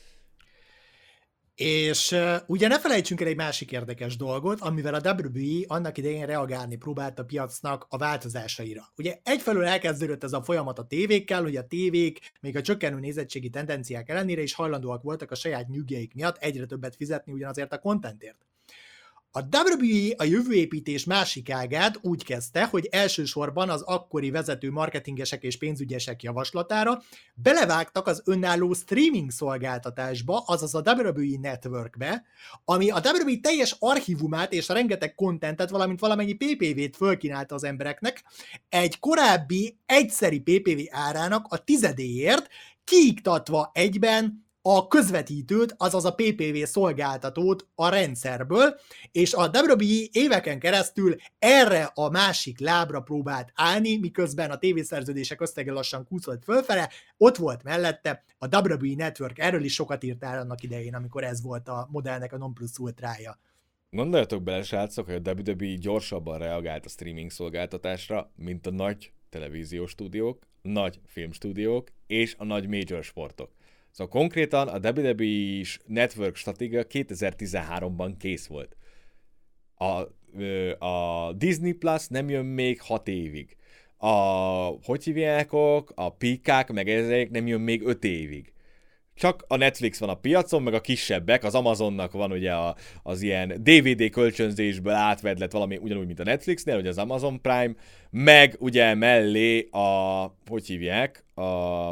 S2: És uh, ugye ne felejtsünk el egy másik érdekes dolgot, amivel a dupla vé dupla vé annak idején reagálni próbált a piacnak a változásaira. Ugye egyfelől elkezdődött ez a folyamat a tévékkel, hogy a tévék még a csökkenő nézettségi tendenciák ellenére is hajlandóak voltak a saját nyugjaik miatt egyre többet fizetni ugyanazért a contentért. A dupla vé dupla vé a jövőépítés másik ágát úgy kezdte, hogy elsősorban az akkori vezető marketingesek és pénzügyesek javaslatára belevágtak az önálló streaming szolgáltatásba, azaz a dupla vé dupla vé Networkbe, ami a dupla vé dupla vé teljes archívumát és rengeteg contentet, valamint valamennyi pé pé vét fölkínálta az embereknek, egy korábbi egyszeri pé pé vé árának a tizedéért, kiiktatva egyben a közvetítőt, azaz a pé pé vé szolgáltatót a rendszerből, és a dupla vé dupla vé éveken keresztül erre a másik lábra próbált állni, miközben a tévészerződések összege lassan kúszott fölfele, ott volt mellette a dupla vé dupla vé Network, erről is sokat írtál annak idején, amikor ez volt a modellnek a non plus ultrája.
S1: Gondoljatok bele, srácok, hogy a dupla vé dupla vé gyorsabban reagált a streaming szolgáltatásra, mint a nagy televíziós stúdiók, nagy filmstúdiók és a nagy major sportok. Szóval konkrétan a dupla vé dupla vé-s network stratégia kétezer-tizenháromban kész volt. A, a Disney Plus nem jön még hat évig. A, hogy hívják, a Peacock, meg ezek nem jön még öt évig. Csak a Netflix van a piacon, meg a kisebbek, az Amazonnak van ugye a, az ilyen dé vé dé kölcsönzésből átvedlet valami, ugyanúgy, mint a Netflixnél, ugye az Amazon Prime, meg ugye mellé a, hogy hívják, a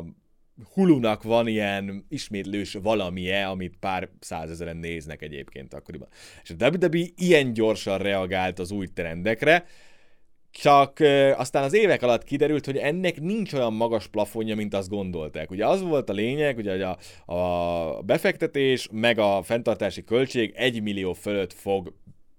S1: Hulunak van ilyen ismétlős valamije, amit pár százezeren néznek egyébként akkoriban. És a dupla vé dupla vé ilyen gyorsan reagált az új trendekre, csak ö, aztán az évek alatt kiderült, hogy ennek nincs olyan magas plafonja, mint azt gondolták. Ugye az volt a lényeg, ugye, hogy a, a befektetés meg a fenntartási költség egy millió fölött fog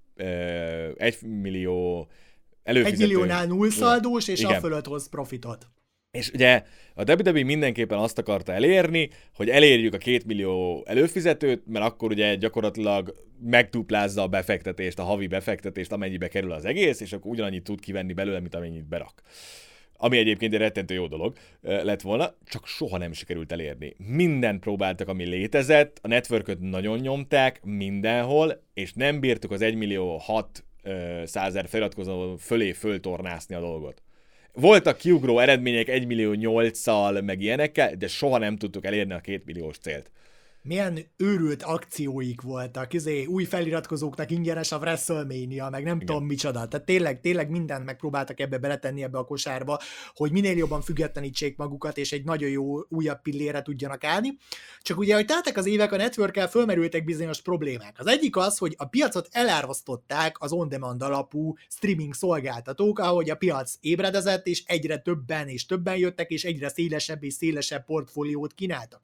S1: ö, egy millió előfizető...
S2: Egy milliónál nullszaldós, és
S1: igen.
S2: a fölött hoz profitot.
S1: És ugye a dupla vé dupla vé mindenképpen azt akarta elérni, hogy elérjük a két millió előfizetőt, mert akkor ugye gyakorlatilag megduplázza a befektetést, a havi befektetést, amennyibe kerül az egész, és akkor ugyanannyit tud kivenni belőle, mint amennyit berak. Ami egyébként egy rettentő jó dolog lett volna, csak soha nem sikerült elérni. Mindent próbáltak, ami létezett, a networköt nagyon nyomták mindenhol, és nem bírtuk az egy millió hatszázezer feliratkozó fölé föltornászni a dolgot. Voltak kiugró eredmények egy millió nyolccal, meg ilyenekkel, de soha nem tudtuk elérni a két milliós célt.
S2: Milyen őrült akcióik voltak, izé, új feliratkozóknak ingyenes a WrestleMania, meg nem Igen. tudom micsoda. Tehát tényleg, tényleg mindent megpróbáltak ebbe beletenni ebbe a kosárba, hogy minél jobban függetlenítsék magukat, és egy nagyon jó újabb pillére tudjanak állni. Csak ugye, hogy teltek az évek, a networkkel fölmerültek bizonyos problémák. Az egyik az, hogy a piacot elárvasztották az on-demand alapú streaming szolgáltatók, ahogy a piac ébredezett, és egyre többen és többen jöttek, és egyre szélesebb és szélesebb portfóliót kínáltak.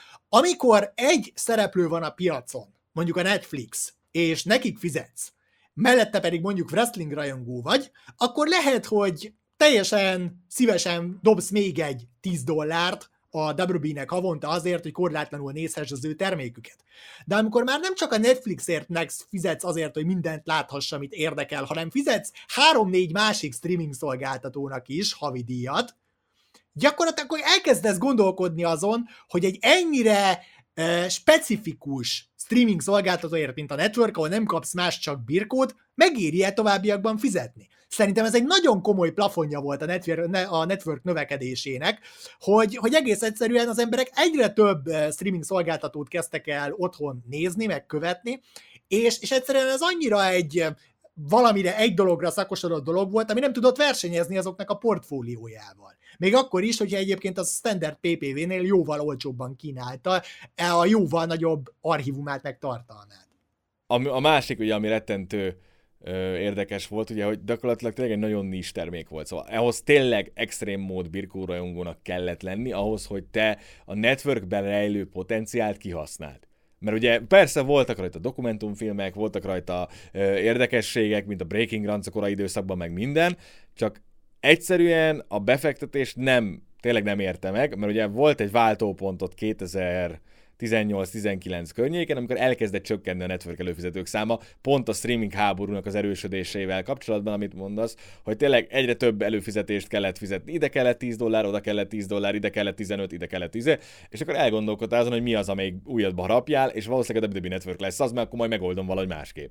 S2: Amikor egy szereplő van a piacon, mondjuk a Netflix, és nekik fizetsz, mellette pedig mondjuk wrestling rajongó vagy, akkor lehet, hogy teljesen szívesen dobsz még egy tíz dollárt a dupla vé dupla vé-nek havonta azért, hogy korlátlanul nézhess az ő terméküket. De amikor már nem csak a Netflixért fizetsz azért, hogy mindent láthass, amit érdekel, hanem fizetsz három-négy másik streaming szolgáltatónak is havidíjat, gyakorlatilag akkor elkezdesz gondolkodni azon, hogy egy ennyire uh, specifikus streaming szolgáltatóért, mint a network, ahol nem kapsz más, csak birkót, megéri-e továbbiakban fizetni? Szerintem ez egy nagyon komoly plafonja volt a network, a network növekedésének, hogy, hogy egész egyszerűen az emberek egyre több streaming szolgáltatót kezdtek el otthon nézni, meg követni, és, és egyszerűen ez annyira egy valamire egy dologra szakosodott dolog volt, ami nem tudott versenyezni azoknak a portfóliójával. Még akkor is, hogyha egyébként a standard pé pé vé-nél jóval olcsóbban kínálta a jóval nagyobb archívumát meg tartalmát.
S1: A, a másik, ugye, ami rettentő ö, érdekes volt, ugye, hogy gyakorlatilag tényleg egy nagyon nis termék volt. Szóval ahhoz tényleg extrém mód birkórajongónak kellett lenni, ahhoz, hogy te a networkben rejlő potenciált kihasználd. Mert ugye persze voltak rajta dokumentumfilmek, voltak rajta ö, érdekességek, mint a Breaking Ranc a korai időszakban, meg minden, csak egyszerűen a befektetés nem, tényleg nem érte meg, mert ugye volt egy váltópontot kétezer-tizennyolc tizenkilenc környéken, amikor elkezdett csökkenni a network előfizetők száma, pont a streaming háborúnak az erősödésével kapcsolatban, amit mondasz, hogy tényleg egyre több előfizetést kellett fizetni. Ide kellett tíz dollár, oda kellett tíz dollár, ide kellett tizenöt, ide kellett tíz, és akkor elgondolkodtál azon, hogy mi az, amelyik újadba harapjál, és valószínűleg a dupla vé dupla vé network lesz az, mert akkor majd megoldom valahogy másképp.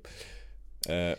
S1: Uh,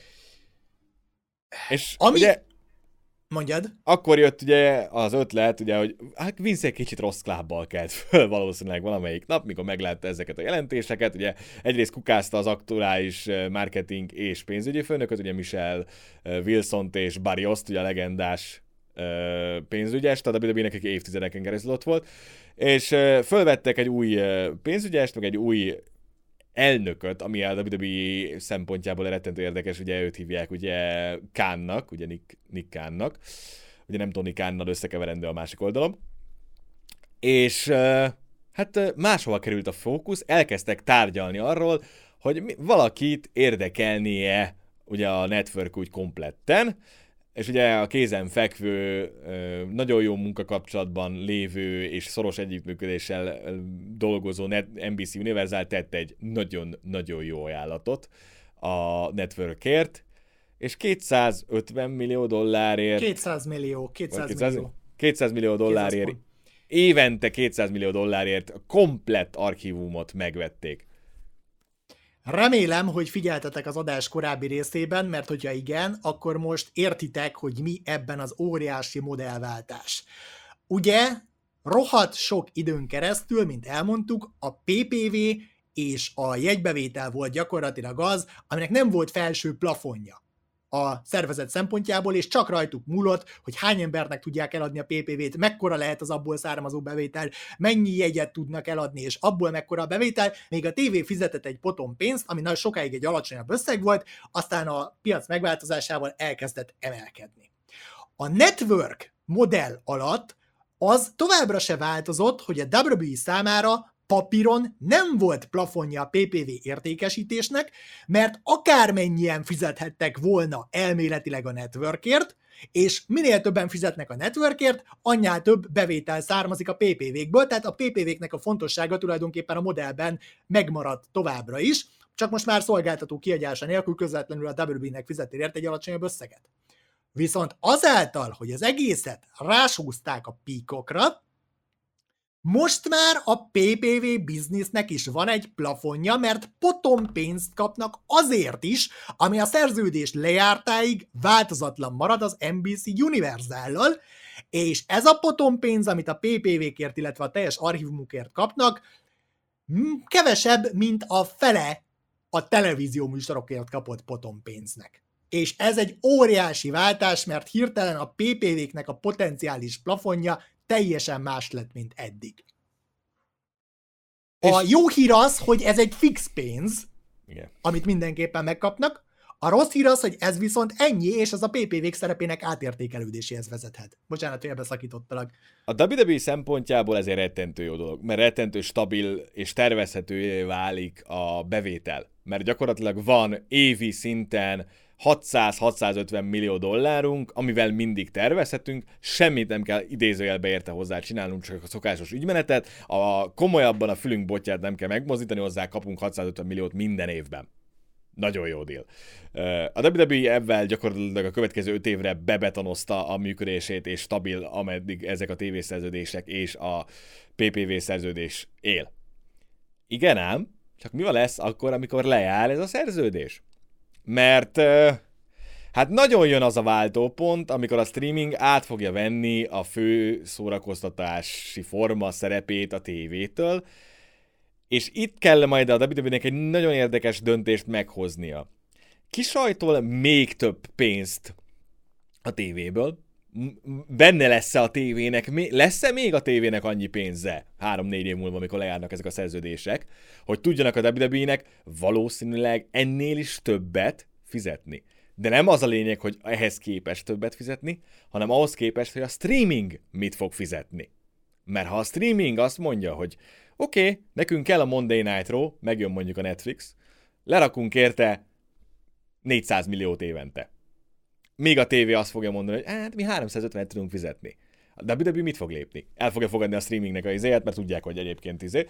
S1: és
S2: Ami...
S1: ugye...
S2: Mondjad.
S1: Akkor jött ugye az ötlet, ugye, hogy hát Vince egy kicsit rossz lábbal kelt föl valószínűleg valamelyik nap, mikor meglátta ezeket a jelentéseket. Ugye egyrészt kukázta az aktuális marketing és pénzügyi főnököt, ugye Michelle Wilsont és Barry Ost, ugye a legendás pénzügyest, a dupla vé dupla vé-nek, aki évtizedeken keresztül ott volt, és fölvettek egy új pénzügyest, meg egy új elnököt, ami a dupla vé dupla vé szempontjából rettentő érdekes, ugye őt hívják ugye Khannak, ugye Nick, Nick Khannak, ugye nem Tony Khannal összekeverendő a másik oldalon, és hát máshova került a fókusz, elkezdtek tárgyalni arról, hogy valakit érdekelnie ugye a network úgy kompletten, és ugye a kézen fekvő, nagyon jó munkakapcsolatban lévő és szoros együttműködéssel dolgozó en bé cé Universal tett egy nagyon-nagyon jó ajánlatot a networkért, és kétszázötven millió dollárért...
S2: kétszáz millió, kétszáz millió.
S1: kétszáz millió dollárért, évente kétszáz millió dollárért komplett archívumot megvették.
S2: Remélem, hogy figyeltetek az adás korábbi részében, mert hogyha igen, akkor most értitek, hogy mi ebben az óriási modellváltás. Ugye rohadt sok időn keresztül, mint elmondtuk, a pé pé vé és a jegybevétel volt gyakorlatilag az, aminek nem volt felső plafonja a szervezet szempontjából, és csak rajtuk múlott, hogy hány embernek tudják eladni a pé pé vét, mekkora lehet az abból származó bevétel, mennyi jegyet tudnak eladni, és abból mekkora a bevétel, még a tévé fizetett egy potom pénzt, ami nagyon sokáig egy alacsonyabb összeg volt, aztán a piac megváltozásával elkezdett emelkedni. A network modell alatt az továbbra se változott, hogy a dupla vé dupla vé e számára papíron nem volt plafonja a pé pé vé értékesítésnek, mert akármennyien fizethettek volna elméletileg a networkért, és minél többen fizetnek a networkért, annál több bevétel származik a pé pé vékből, tehát a pé pé véknek a fontossága tulajdonképpen a modellben megmaradt továbbra is, csak most már szolgáltató kiadása nélkül közvetlenül a dupla vé dupla vé-nek fizeti ért egy alacsonyabb összeget. Viszont azáltal, hogy az egészet rásúzták a píkokra, most már a pé pé vé biznisznek is van egy plafonja, mert potom pénzt kapnak azért is, ami a szerződés lejártáig változatlan marad az en bé cé Universal-lal, és ez a potom pénz, amit a pé pé vékért, illetve a teljes archívumukért kapnak, kevesebb, mint a fele a televízió műsorokért kapott potom pénznek. És ez egy óriási váltás, mert hirtelen a pé pé véknek a potenciális plafonja teljesen más lett, mint eddig. A jó hír az, hogy ez egy fix pénz, igen, amit mindenképpen megkapnak. A rossz hír az, hogy ez viszont ennyi, és az a pé pé vék szerepének átértékelődéséhez vezethet. Bocsánat, hogy ebbe szakítottalak.
S1: A dupla vé dupla vé szempontjából ez egy rettentő jó dolog, mert rettentő stabil és tervezhetővé válik a bevétel. Mert gyakorlatilag van évi szinten hatszáz-hatszázötven millió dollárunk, amivel mindig tervezhetünk, semmit nem kell idézőjelbe érte hozzá csinálnunk, csak a szokásos ügymenetet, a komolyabban a fülünk botját nem kell megmozdítani, hozzá kapunk hatszázötven milliót minden évben. Nagyon jó deal. A dupla vé dupla vé ebben gyakorlatilag a következő öt évre bebetonozta a működését, és stabil, ameddig ezek a tévészerződések és a pé pé vé szerződés él. Igen ám, csak mi van lesz akkor, amikor lejár ez a szerződés? Mert hát nagyon jön az a váltópont, amikor a streaming át fogja venni a fő szórakoztatási forma szerepét a tévétől, és itt kell majd a dupla vé dupla vé-nek egy nagyon érdekes döntést meghoznia. Ki sajtol még több pénzt a tévéből? Benne lesz-e a tévének, lesz-e még a tévének annyi pénze három-négy év múlva, amikor lejárnak ezek a szerződések, hogy tudjanak a dupla vé dupla vé-nek valószínűleg ennél is többet fizetni. De nem az a lényeg, hogy ehhez képest többet fizetni, hanem ahhoz képest, hogy a streaming mit fog fizetni. Mert ha a streaming azt mondja, hogy oké, okay, nekünk kell a Monday Night Raw, megjön mondjuk a Netflix, lerakunk érte négyszáz milliót évente. Míg a tévé azt fogja mondani, hogy hát mi háromszázötvenet tudunk fizetni. A dupla vé dupla vé mit fog lépni? El fogja fogadni a streamingnek a izéjét, mert tudják, hogy egyébként izé,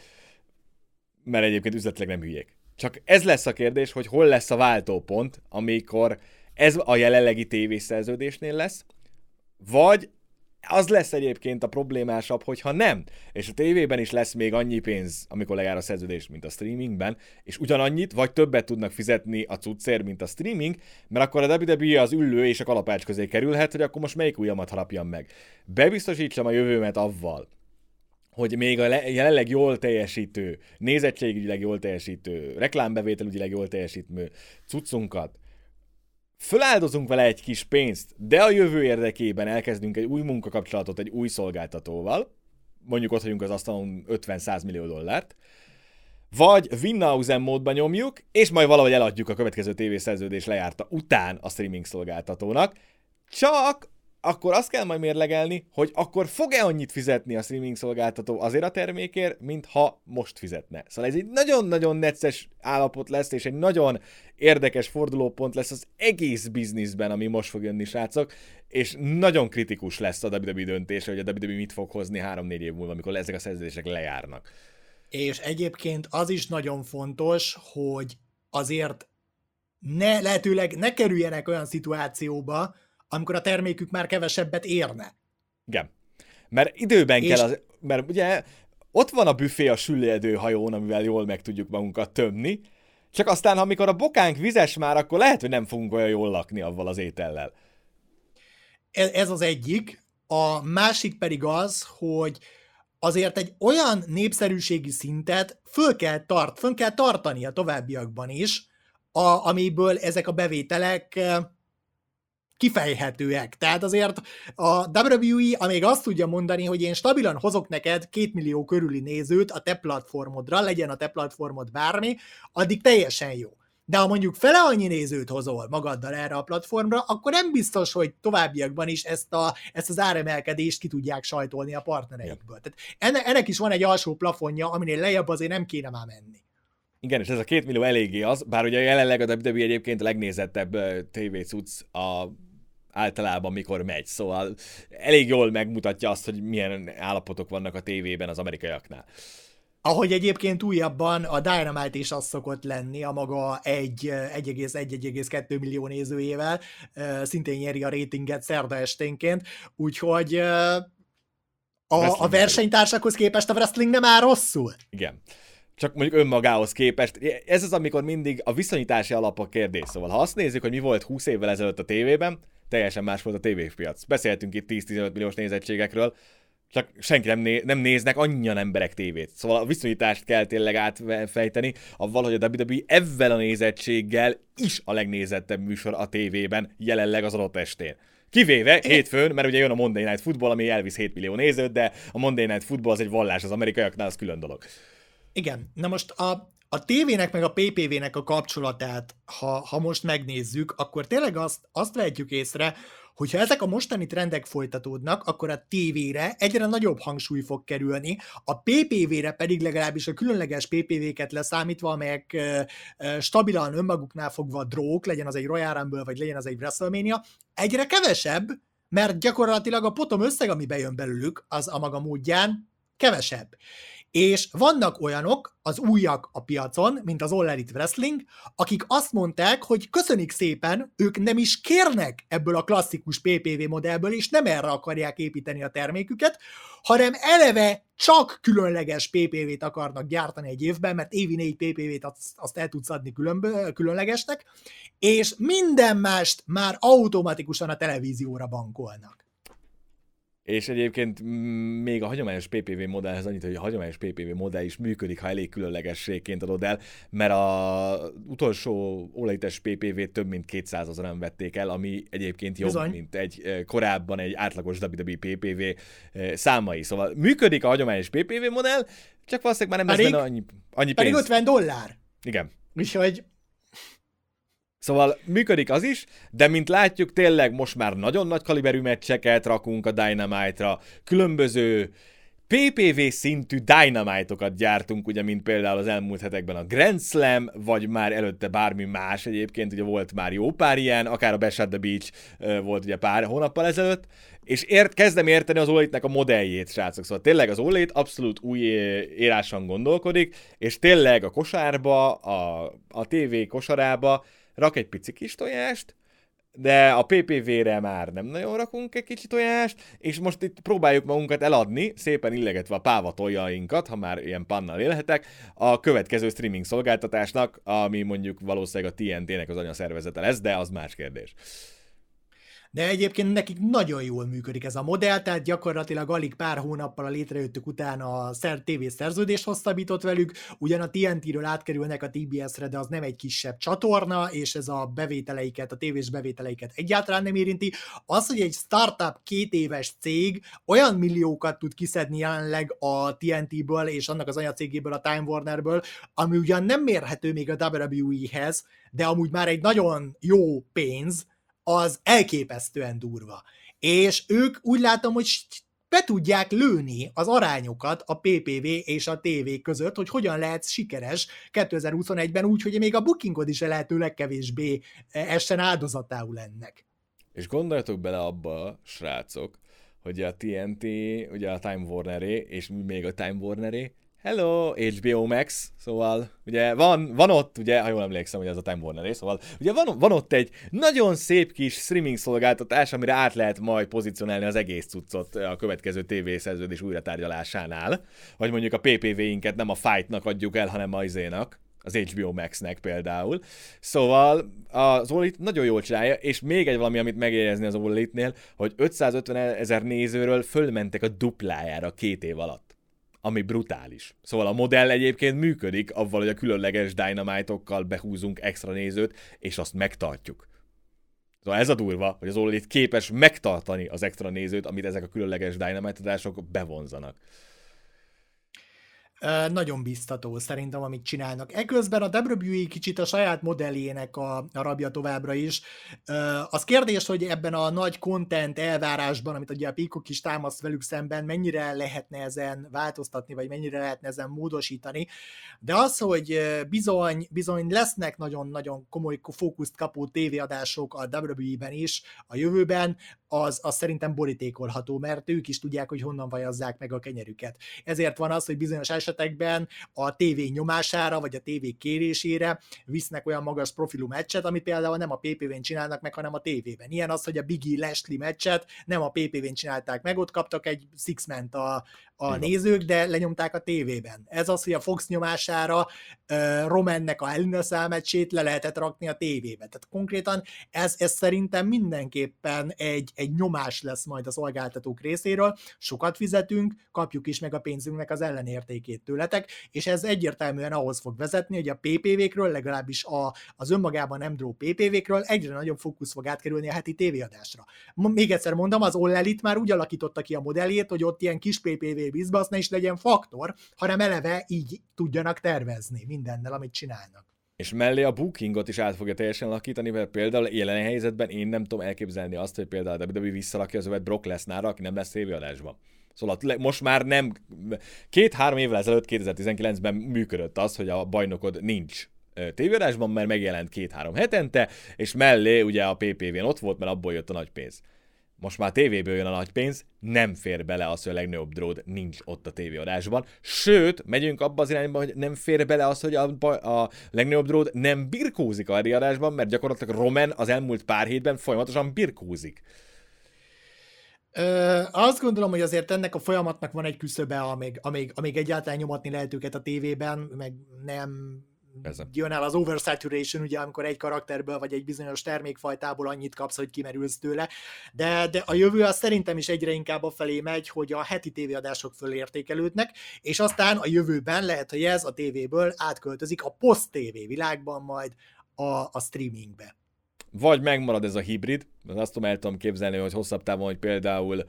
S1: mert egyébként üzletileg nem hülyék. Csak ez lesz a kérdés, hogy hol lesz a váltópont, amikor ez a jelenlegi tévészerződésnél lesz, vagy az lesz egyébként a problémásabb, hogyha nem. És a tévében is lesz még annyi pénz, amikor lejár a szerződés, mint a streamingben, és ugyanannyit, vagy többet tudnak fizetni a cuccért, mint a streaming, mert akkor a dupla vé dupla vé az üllő és a kalapács közé kerülhet, hogy akkor most melyik ujjamat harapjam meg. Bebiztosítsam a jövőmet avval, hogy még a jelenleg jól teljesítő, nézettségügyileg jól teljesítő, reklámbevételügyileg jól teljesítő cuccunkat föláldozunk vele egy kis pénzt, de a jövő érdekében elkezdünk egy új munkakapcsolatot egy új szolgáltatóval, mondjuk ott hagyunk az asztalon ötven-száz millió dollárt, vagy Winnhausen módban nyomjuk, és majd valahogy eladjuk a következő tévészerződés lejárta után a streaming szolgáltatónak, csak akkor azt kell majd mérlegelni, hogy akkor fog-e annyit fizetni a streaming szolgáltató azért a termékért, mint ha most fizetne. Szóval ez egy nagyon-nagyon necces állapot lesz, és egy nagyon érdekes fordulópont lesz az egész bizniszben, ami most fog jönni, srácok, és nagyon kritikus lesz a dupla vé dupla vé döntése, hogy a dupla vé dupla vé mit fog hozni három-négy év múlva, amikor ezek a szerződések lejárnak.
S2: És egyébként az is nagyon fontos, hogy azért ne, lehetőleg ne kerüljenek olyan szituációba, amikor a termékük már kevesebbet érne.
S1: Igen. Mert időben és... kell az... Mert ugye ott van a büfé a süllyedő hajón, amivel jól meg tudjuk magunkat tömni, csak aztán, amikor a bokánk vizes már, akkor lehet, hogy nem fogunk olyan jól lakni avval az étellel.
S2: Ez az egyik. A másik pedig az, hogy azért egy olyan népszerűségi szintet föl kell, tart, föl kell tartani a továbbiakban is, a, amiből ezek a bevételek kifejhetőek. Tehát azért a dupla vé dupla vé e, amíg azt tudja mondani, hogy én stabilan hozok neked két millió körüli nézőt a te platformodra, legyen a te platformod bármi, addig teljesen jó. De ha mondjuk fele annyi nézőt hozol magaddal erre a platformra, akkor nem biztos, hogy továbbiakban is ezt, a, ezt az áremelkedést ki tudják sajtolni a partnereikből. Tehát ennek, ennek is van egy alsó plafonja, aminél lejjebb azért nem kéne már menni.
S1: Igen, és ez a két millió eléggé az, bár ugye jelenleg a dupla vé dupla vé egyébként a legnézettebb tévécucc a általában mikor megy, szóval elég jól megmutatja azt, hogy milyen állapotok vannak a tévében az amerikaiaknál.
S2: Ahogy egyébként újabban a Dynamite is az szokott lenni a maga egy egész egy egész kettő millió nézőjével, szintén nyeri a ratinget szerda esténként, úgyhogy a, a versenytársakhoz képest a wrestling nem áll rosszul.
S1: Igen. Csak mondjuk önmagához képest. Ez az, amikor mindig a viszonyítási alap a kérdés. Szóval ha azt nézzük, hogy mi volt húsz évvel ezelőtt a tévében, teljesen más volt a tévépiac. Beszéltünk itt tíz-tizenöt milliós nézettségekről, csak senki nem, né- nem néznek annyian emberek tévét. Szóval a viszonyítást kell tényleg átfejteni, avval, hogy a dupla vé dupla vé ezzel a nézettséggel is a legnézettebb műsor a tévében jelenleg az adott estén. Kivéve hétfőn, mert ugye jön a Monday Night Football, ami elvisz hét millió nézőt, de a Monday Night Football az egy vallás az amerikaiaknál, az külön dolog.
S2: Igen, na most a, a tévének meg a pé pé vé-nek a kapcsolatát, ha, ha most megnézzük, akkor tényleg azt, azt vehetjük észre, hogyha ezek a mostani trendek folytatódnak, akkor a tévére egyre nagyobb hangsúly fog kerülni, a pé pé vé-re pedig legalábbis a különleges pé pé vé-ket leszámítva, amelyek ö, ö, stabilan önmaguknál fogva drók, legyen az egy Royal Rumble, vagy legyen az egy WrestleMania, egyre kevesebb, mert gyakorlatilag a potom összeg, ami bejön belőlük, az a maga módján kevesebb. És vannak olyanok, az újak a piacon, mint az All Elite Wrestling, akik azt mondták, hogy köszönik szépen, ők nem is kérnek ebből a klasszikus pé pé vé modellből, és nem erre akarják építeni a terméküket, hanem eleve csak különleges pé pé vé-t akarnak gyártani egy évben, mert évi négy pé pé vé-t azt, azt el tudsz adni különbö, különlegesnek, és minden mást már automatikusan a televízióra bankolnak.
S1: És egyébként még a hagyományos pé pé vé modellhez annyit, hogy a hagyományos pé pé vé modell is működik, ha elég különlegességként adod el, mert az utolsó olajtes pé pé vét több mint kétszázezren vették el, ami egyébként jobb, Bizony. mint egy korábban egy átlagos dupla vé dupla vé pé pé vé számai. Szóval működik a hagyományos pé pé vé modell, csak valószínűleg már nem pedig, lesz benne annyi, annyi pénz.
S2: Pedig ötven dollár.
S1: Igen.
S2: Úgyhogy...
S1: Szóval működik az is, de mint látjuk, tényleg most már nagyon nagy kaliberű meccseket rakunk a Dynamite-ra, különböző pé pé vé szintű Dynamite-okat gyártunk, ugye, mint például az elmúlt hetekben a Grand Slam, vagy már előtte bármi más egyébként, ugye volt már jó pár ilyen, akár a Bash at the Beach volt ugye pár hónappal ezelőtt, és ért, kezdem érteni az All Elite-nek a modelljét, srácok. Szóval tényleg az All Elite abszolút új érásan gondolkodik, és tényleg a kosárba, a, a tévé kosarába rak egy pici kis tojást, de a pé pé vé-re már nem nagyon rakunk egy kicsi tojást, és most itt próbáljuk magunkat eladni, szépen illegetve a páva tojainkat, ha már ilyen pannal élhetek, a következő streaming szolgáltatásnak, ami mondjuk valószínűleg a té en té-nek az anyaszervezete lesz, de az más kérdés.
S2: De egyébként nekik nagyon jól működik ez a modell, tehát gyakorlatilag alig pár hónappal a létrejöttük után a té vé szerződést hosszabbított velük, ugyan a té en té-ről átkerülnek a té bé es-re, de az nem egy kisebb csatorna, és ez a bevételeiket, a tévés bevételeiket egyáltalán nem érinti. Az, hogy egy startup két éves cég olyan milliókat tud kiszedni jelenleg a té en té-ből és annak az anyacégéből, a Time Warnerből, ami ugyan nem mérhető még a dupla vé dupla vé-hez, de amúgy már egy nagyon jó pénz, az elképesztően durva. És ők úgy látom, hogy be tudják lőni az arányokat a pé pé vé és a tévé között, hogy hogyan lehet sikeres kétezer-huszonegyben úgy, hogy még a bookingod is a lehető legkevésbé essen áldozatául ennek.
S1: És gondoljatok bele abba, srácok, hogy a té en té, ugye a Time Warneré, és még a Time Warneré, hello, há bé o Max, szóval ugye van, van ott, ugye, ha jól emlékszem, hogy ez a Time Warneré, szóval ugye van, van ott egy nagyon szép kis streaming szolgáltatás, amire át lehet majd pozícionálni az egész cuccot a következő tévészerződés újratárgyalásánál, vagy mondjuk a pé pé vé-inket nem a Fight-nak adjuk el, hanem a izénak, az há bé o Max-nek például. Szóval az All Elite nagyon jól csinálja, és még egy valami, amit megjegyezni az All Elite-nél, hogy ötszázötven ezer nézőről fölmentek a duplájára két év alatt. ami brutális. Szóval a modell egyébként működik, avval, hogy a különleges Dynamite-okkal behúzunk extra nézőt, és azt megtartjuk. Szóval ez a durva, hogy az All Elite képes megtartani az extra nézőt, amit ezek a különleges Dynamite adások bevonzanak.
S2: Uh, nagyon biztató szerintem, amit csinálnak. Eközben a dupla vé dupla vé kicsit a saját modelljének a, a rabja továbbra is. Uh, az kérdés, hogy ebben a nagy content elvárásban, amit ugye a Peacock is támaszt velük szemben, mennyire lehetne ezen változtatni, vagy mennyire lehetne ezen módosítani. De az, hogy bizony, bizony lesznek nagyon-nagyon komoly fókuszt kapó tévéadások a dupla vé dupla vé-ben is a jövőben, az, az szerintem borítékolható, mert ők is tudják, hogy honnan vajazzák meg a kenyerüket. Ezért van az, hogy bizonyos esetekben a tévé nyomására, vagy a tévé kérésére visznek olyan magas profilú meccset, amit például nem a pé pé vén csinálnak meg, hanem a tévében. Ilyen az, hogy a Biggie Lashley meccset nem a pé pé vén csinálták meg, ott kaptak egy six-ment a, a nézők, de lenyomták a tévében. Ez az, hogy a Fox nyomására uh, Romannek a Hell in a Cell meccsét le lehetett rakni a tévébe. Tehát konkrétan ez, ez szerintem mindenképpen egy, egy nyomás lesz majd a szolgáltatók részéről. Sokat fizetünk, kapjuk is meg a pénzünknek az ellenértékét tőletek, és ez egyértelműen ahhoz fog vezetni, hogy a pé pé vékről, legalábbis a, az önmagában nem dró pé pé vékről egyre nagyobb fókusz fog átkerülni a heti tévéadásra. Még egyszer mondom, az All Elite már úgy alakította ki a modelljét, hogy ott ilyen kis pé pé vé bizbasz ne is legyen faktor, hanem eleve így tudjanak tervezni mindennel, amit csinálnak.
S1: És mellé a bookingot is át fogja teljesen alakítani, mert például jelen helyzetben én nem tudom elképzelni azt, hogy például a dupla vé dupla vé visszalakja az övet Brock Lesnarra, aki nem lesz tévéadásban. Szóval most már nem... Két-három évvel ezelőtt, kétezer-tizenkilencben működött az, hogy a bajnokod nincs tévéadásban, mert megjelent két-három hetente, és mellé ugye a pé pé vén ott volt, mert abból jött a nagy pénz. Most már a tévéből jön a nagy pénz, nem fér bele az, hogy a legnagyobb dród nincs ott a tévéadásban. Sőt, megyünk abba az irányba, hogy nem fér bele az, hogy a, a legnagyobb dród nem birkózik a adásban, mert gyakorlatilag Roman az elmúlt pár hétben folyamatosan birkózik.
S2: Ö, azt gondolom, hogy azért ennek a folyamatnak van egy küszöbe, amíg, amíg, amíg egyáltalán nyomatni lehet őket a tévében, meg nem...
S1: Persze.
S2: Jön el az oversaturation, ugye, amikor egy karakterből vagy egy bizonyos termékfajtából annyit kapsz, hogy kimerülsz tőle, de, de a jövő az szerintem is egyre inkább afelé megy, hogy a heti tévéadások fölértékelődnek, és aztán a jövőben lehet, hogy ez a tévéből átköltözik a post-tévé világban majd a, a streamingbe.
S1: Vagy megmarad ez a hibrid, azt tudom, el tudom képzelni, hogy hosszabb távon, hogy például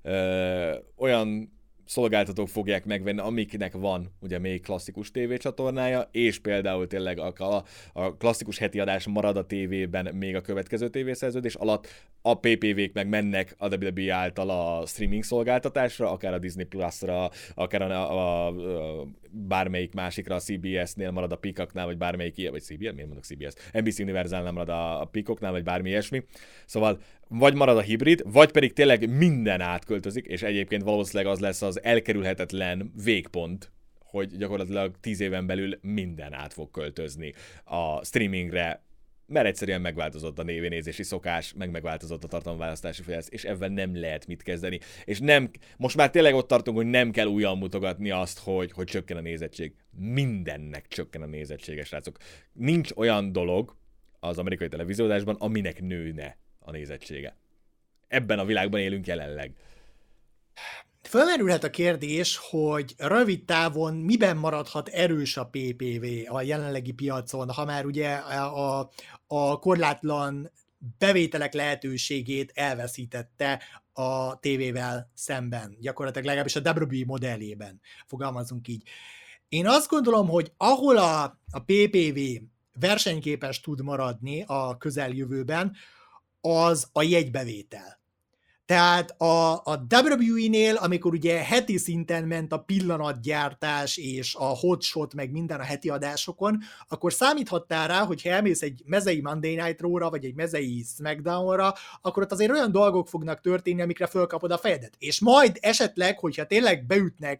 S1: ö, olyan szolgáltatók fogják megvenni, amiknek van ugye még klasszikus tévécsatornája, és például tényleg a, a klasszikus heti adás marad a tévében még a következő tévészerződés alatt, a pé pé vék meg mennek a dupla vé dupla vé által a streaming szolgáltatásra, akár a Disney Plus-ra, akár a, a, a bármelyik másikra, a cé bé es-nél marad a Peacocknál, vagy bármelyik, vagy cé bé es, miért mondok cé bé es? en bé cé Universalnál marad a, a Peacocknál, vagy bármi ilyesmi. Szóval vagy marad a hibrid, vagy pedig tényleg minden átköltözik, és egyébként valószínűleg az lesz az elkerülhetetlen végpont, hogy gyakorlatilag tíz éven belül minden át fog költözni a streamingre, mert egyszerűen megváltozott a névénézési szokás, meg megváltozott a tartalomválasztási fejlesztés, és ebben nem lehet mit kezdeni. És nem, most már tényleg ott tartunk, hogy nem kell újjal mutogatni azt, hogy, hogy csökken a nézettség. Mindennek csökken a nézettsége, srácok. Nincs olyan dolog az amerikai televíziózásban, aminek nőne a nézettsége. Ebben a világban élünk jelenleg.
S2: Fölmerülhet a kérdés, hogy rövid távon miben maradhat erős a pé pé vé a jelenlegi piacon, ha már ugye a, a korlátlan bevételek lehetőségét elveszítette a tévével szemben, gyakorlatilag legalábbis a dupla vé dupla vé modellében, fogalmazunk így. Én azt gondolom, hogy ahol a, a pé pé vé versenyképes tud maradni a közeljövőben, az a jegybevétel. Tehát a, a dupla vé dupla vé-nél, amikor ugye heti szinten ment a pillanatgyártás és a hotshot, meg minden a heti adásokon, akkor számíthattál rá, hogy ha elmész egy mezei Monday Night Raw-ra, vagy egy mezei SmackDown-ra, akkor ott azért olyan dolgok fognak történni, amikre fölkapod a fejedet. És majd esetleg, hogyha tényleg beütnek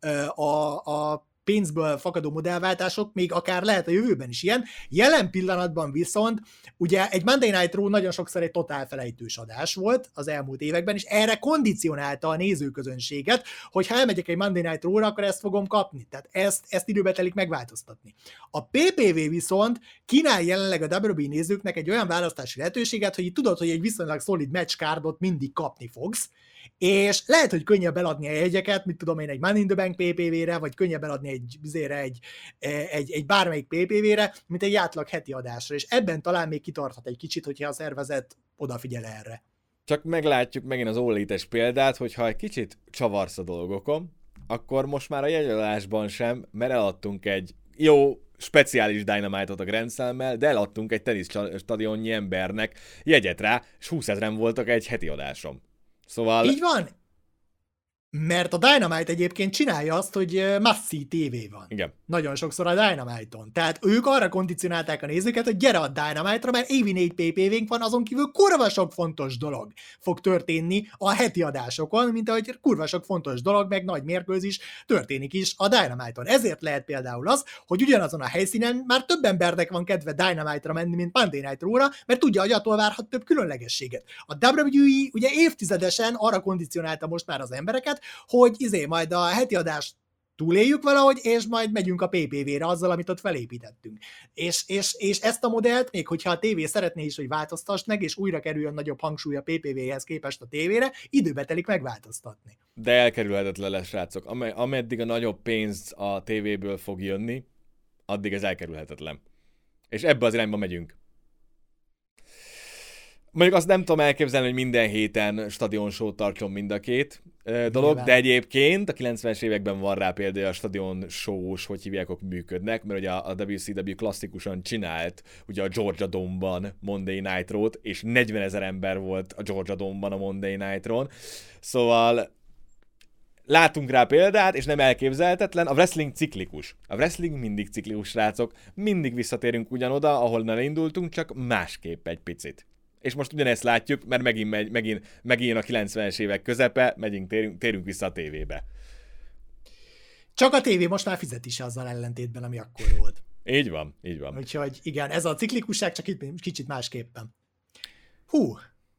S2: a, a pénzből fakadó modellváltások, még akár lehet a jövőben is ilyen. Jelen pillanatban viszont ugye egy Monday Night Raw nagyon sokszor egy totál felejtős adás volt az elmúlt években, és erre kondicionálta a nézőközönséget, hogy ha elmegyek egy Monday Night Raw-ra, akkor ezt fogom kapni. Tehát ezt, ezt időbe telik megváltoztatni. A pé pé vé viszont kínál jelenleg a dupla vé dupla vé nézőknek egy olyan választási lehetőséget, hogy tudod, hogy egy viszonylag szolid match cardot mindig kapni fogsz, És lehet, hogy könnyebb eladni a jegyeket, mit tudom én, egy Money in the Bank pé pé vé-re, vagy könnyebb eladni egy, egy, egy, egy bármelyik pé pé vé-re, mint egy átlag heti adásra, és ebben talán még kitarthat egy kicsit, hogyha a szervezet odafigyel erre.
S1: Csak meglátjuk megint az ólétes példát, hogyha egy kicsit csavarsz a dolgokon, akkor most már a jegyadásban sem, mert eladtunk egy jó, speciális Dynamite-ot a Grand Slam-mel, de eladtunk egy teniszstadionnyi embernek jegyet rá, és húszezren voltak egy heti adásom. Szóval...
S2: Így van, mert a Dynamite egyébként csinálja azt, hogy must-see tévé van.
S1: Igen.
S2: Nagyon sokszor a Dynamite-on. Tehát ők arra kondicionálták a nézőket, hogy gyere a Dynamite-ra, mert évi négy pé pé vé-nk van, azon kívül kurva sok fontos dolog fog történni a heti adásokon, mint ahogy kurva sok fontos dolog, meg nagy mérkőzés történik is a Dynamite-on. Ezért lehet például az, hogy ugyanazon a helyszínen már több embernek van kedve Dynamite-ra menni, mint Monday Night Raw-ra, mert tudja, hogy attól várhat több különlegességet. A dupla vé dupla vé e ugye évtizedesen arra kondicionálta most már az embereket, hogy izé majd a heti adást túléljük valahogy, és majd megyünk a pé pé vé-re azzal, amit ott felépítettünk. És, és, és ezt a modellt, még hogyha a tévé szeretné is, hogy változtass meg, és újra kerüljön nagyobb hangsúly a pé pé vé-hez képest a tévére, időbe telik megváltoztatni.
S1: De elkerülhetetlen lesz, srácok. Am- ameddig a nagyobb pénz a tévéből fog jönni, addig ez elkerülhetetlen. És ebbe az irányba megyünk. Mondjuk azt nem tudom elképzelni, hogy minden héten stadionshow tartson mind a két uh, dolog, nyilván. De egyébként a kilencvenes években van rá például a stadion show-s, hogy hívják, ok működnek, mert ugye a, a dupla vé cé dupla vé klasszikusan csinált ugye a Georgia Dome-ban Monday Night Raw-t, és negyvenezer ember volt a Georgia Dome-ban a Monday Night Raw-n. Szóval látunk rá példát, és nem elképzelhetetlen, a wrestling ciklikus. A wrestling mindig ciklikus, srácok, mindig visszatérünk ugyanoda, ahol indultunk, csak másképp egy picit. És most ugyanezt látjuk, mert megint, megy, megint, megint a kilencvenes évek közepe, megyünk, térünk, térünk vissza a tévébe.
S2: Csak a tévé most már fizet is azzal ellentétben, ami akkor volt.
S1: Így van, így van.
S2: Úgyhogy igen, ez a ciklikusság csak itt kicsit másképpen. Hú.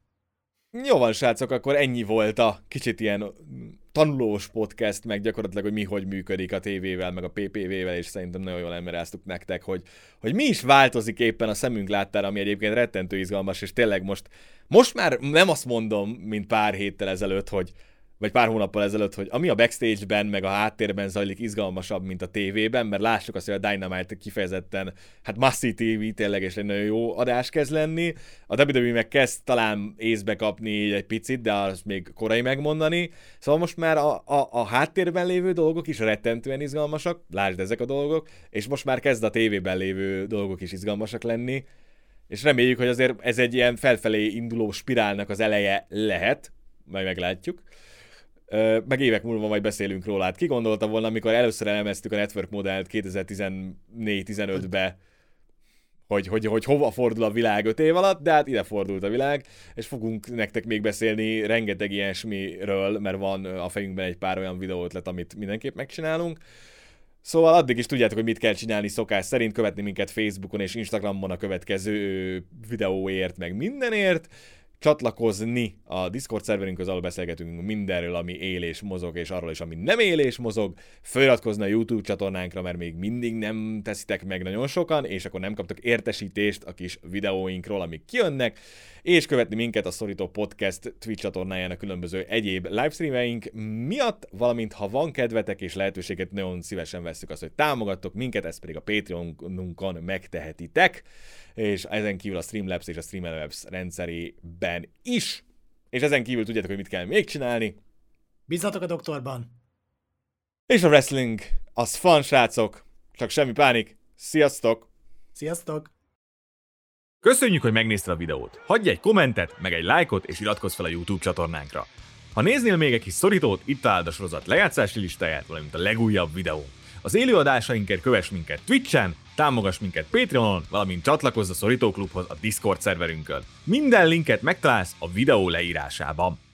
S1: Jó van, srácok, akkor ennyi volt a kicsit ilyen tanulós podcast, meg gyakorlatilag, hogy mi hogy működik a tévével, meg a pé pé vé-vel, és szerintem nagyon jól elmeráztuk nektek, hogy, hogy mi is változik éppen a szemünk láttára, ami egyébként rettentő izgalmas, és tényleg most, most már nem azt mondom, mint pár héttel ezelőtt, hogy vagy pár hónappal ezelőtt, hogy ami a backstage-ben, meg a háttérben zajlik izgalmasabb, mint a tévében, mert lássuk azt, hogy a Dynamite kifejezetten, hát must-see té vé tényleg, és egy nagyon jó adás kezd lenni. A dupla vé dupla vé meg kezd talán észbe kapni egy picit, de azt még korai megmondani. Szóval most már a, a, a háttérben lévő dolgok is rettentően izgalmasak, lásd ezek a dolgok, és most már kezd a tévében lévő dolgok is izgalmasak lenni, és reméljük, hogy azért ez egy ilyen felfelé induló spirálnak az eleje lehet, majd meglátjuk. Meg évek múlva majd beszélünk róla. Hát ki gondolta volna, amikor először elemeztük a network modellt kétezer-tizennégy-tizenötbe, hogy, hogy, hogy hova fordul a világ öt év alatt, de hát ide fordult a világ, és fogunk nektek még beszélni rengeteg ilyesmiről, mert van a fejünkben egy pár olyan videóötlet, amit mindenképp megcsinálunk. Szóval addig is tudjátok, hogy mit kell csinálni szokás szerint, követni minket Facebookon és Instagramon a következő videóért, meg mindenért, csatlakozni a Discord szerverünkhöz, ahol beszélgetünk mindenről, ami él és mozog, és arról is, ami nem él és mozog, feliratkozni a YouTube csatornánkra, mert még mindig nem teszitek meg nagyon sokan, és akkor nem kaptok értesítést a kis videóinkról, amik kijönnek, és követni minket a Szorító Podcast Twitch csatornáján a különböző egyéb livestreameink miatt, valamint ha van kedvetek és lehetőséget, nagyon szívesen vesszük azt, hogy támogattok minket, ezt pedig a Patreonunkon megtehetitek, és ezen kívül a Streamlabs és a Streamlabs rendszerében is. És ezen kívül tudjátok, hogy mit kell még csinálni.
S2: Bízzatok a doktorban!
S1: És a wrestling, az fun, srácok! Csak semmi pánik! Sziasztok!
S2: Sziasztok!
S3: Köszönjük, hogy megnézted a videót! Hagyj egy kommentet, meg egy lájkot, és iratkozz fel a YouTube csatornánkra. Ha néznél még egy kis szorítót, itt találd a sorozat lejátszási listáját, valamint a legújabb videó. Az élőadásainkért kövess minket Twitchen, támogass minket Patreonon, valamint csatlakozz a Szorító Klubhoz a Discord szerverünkön. Minden linket megtalálsz a videó leírásában.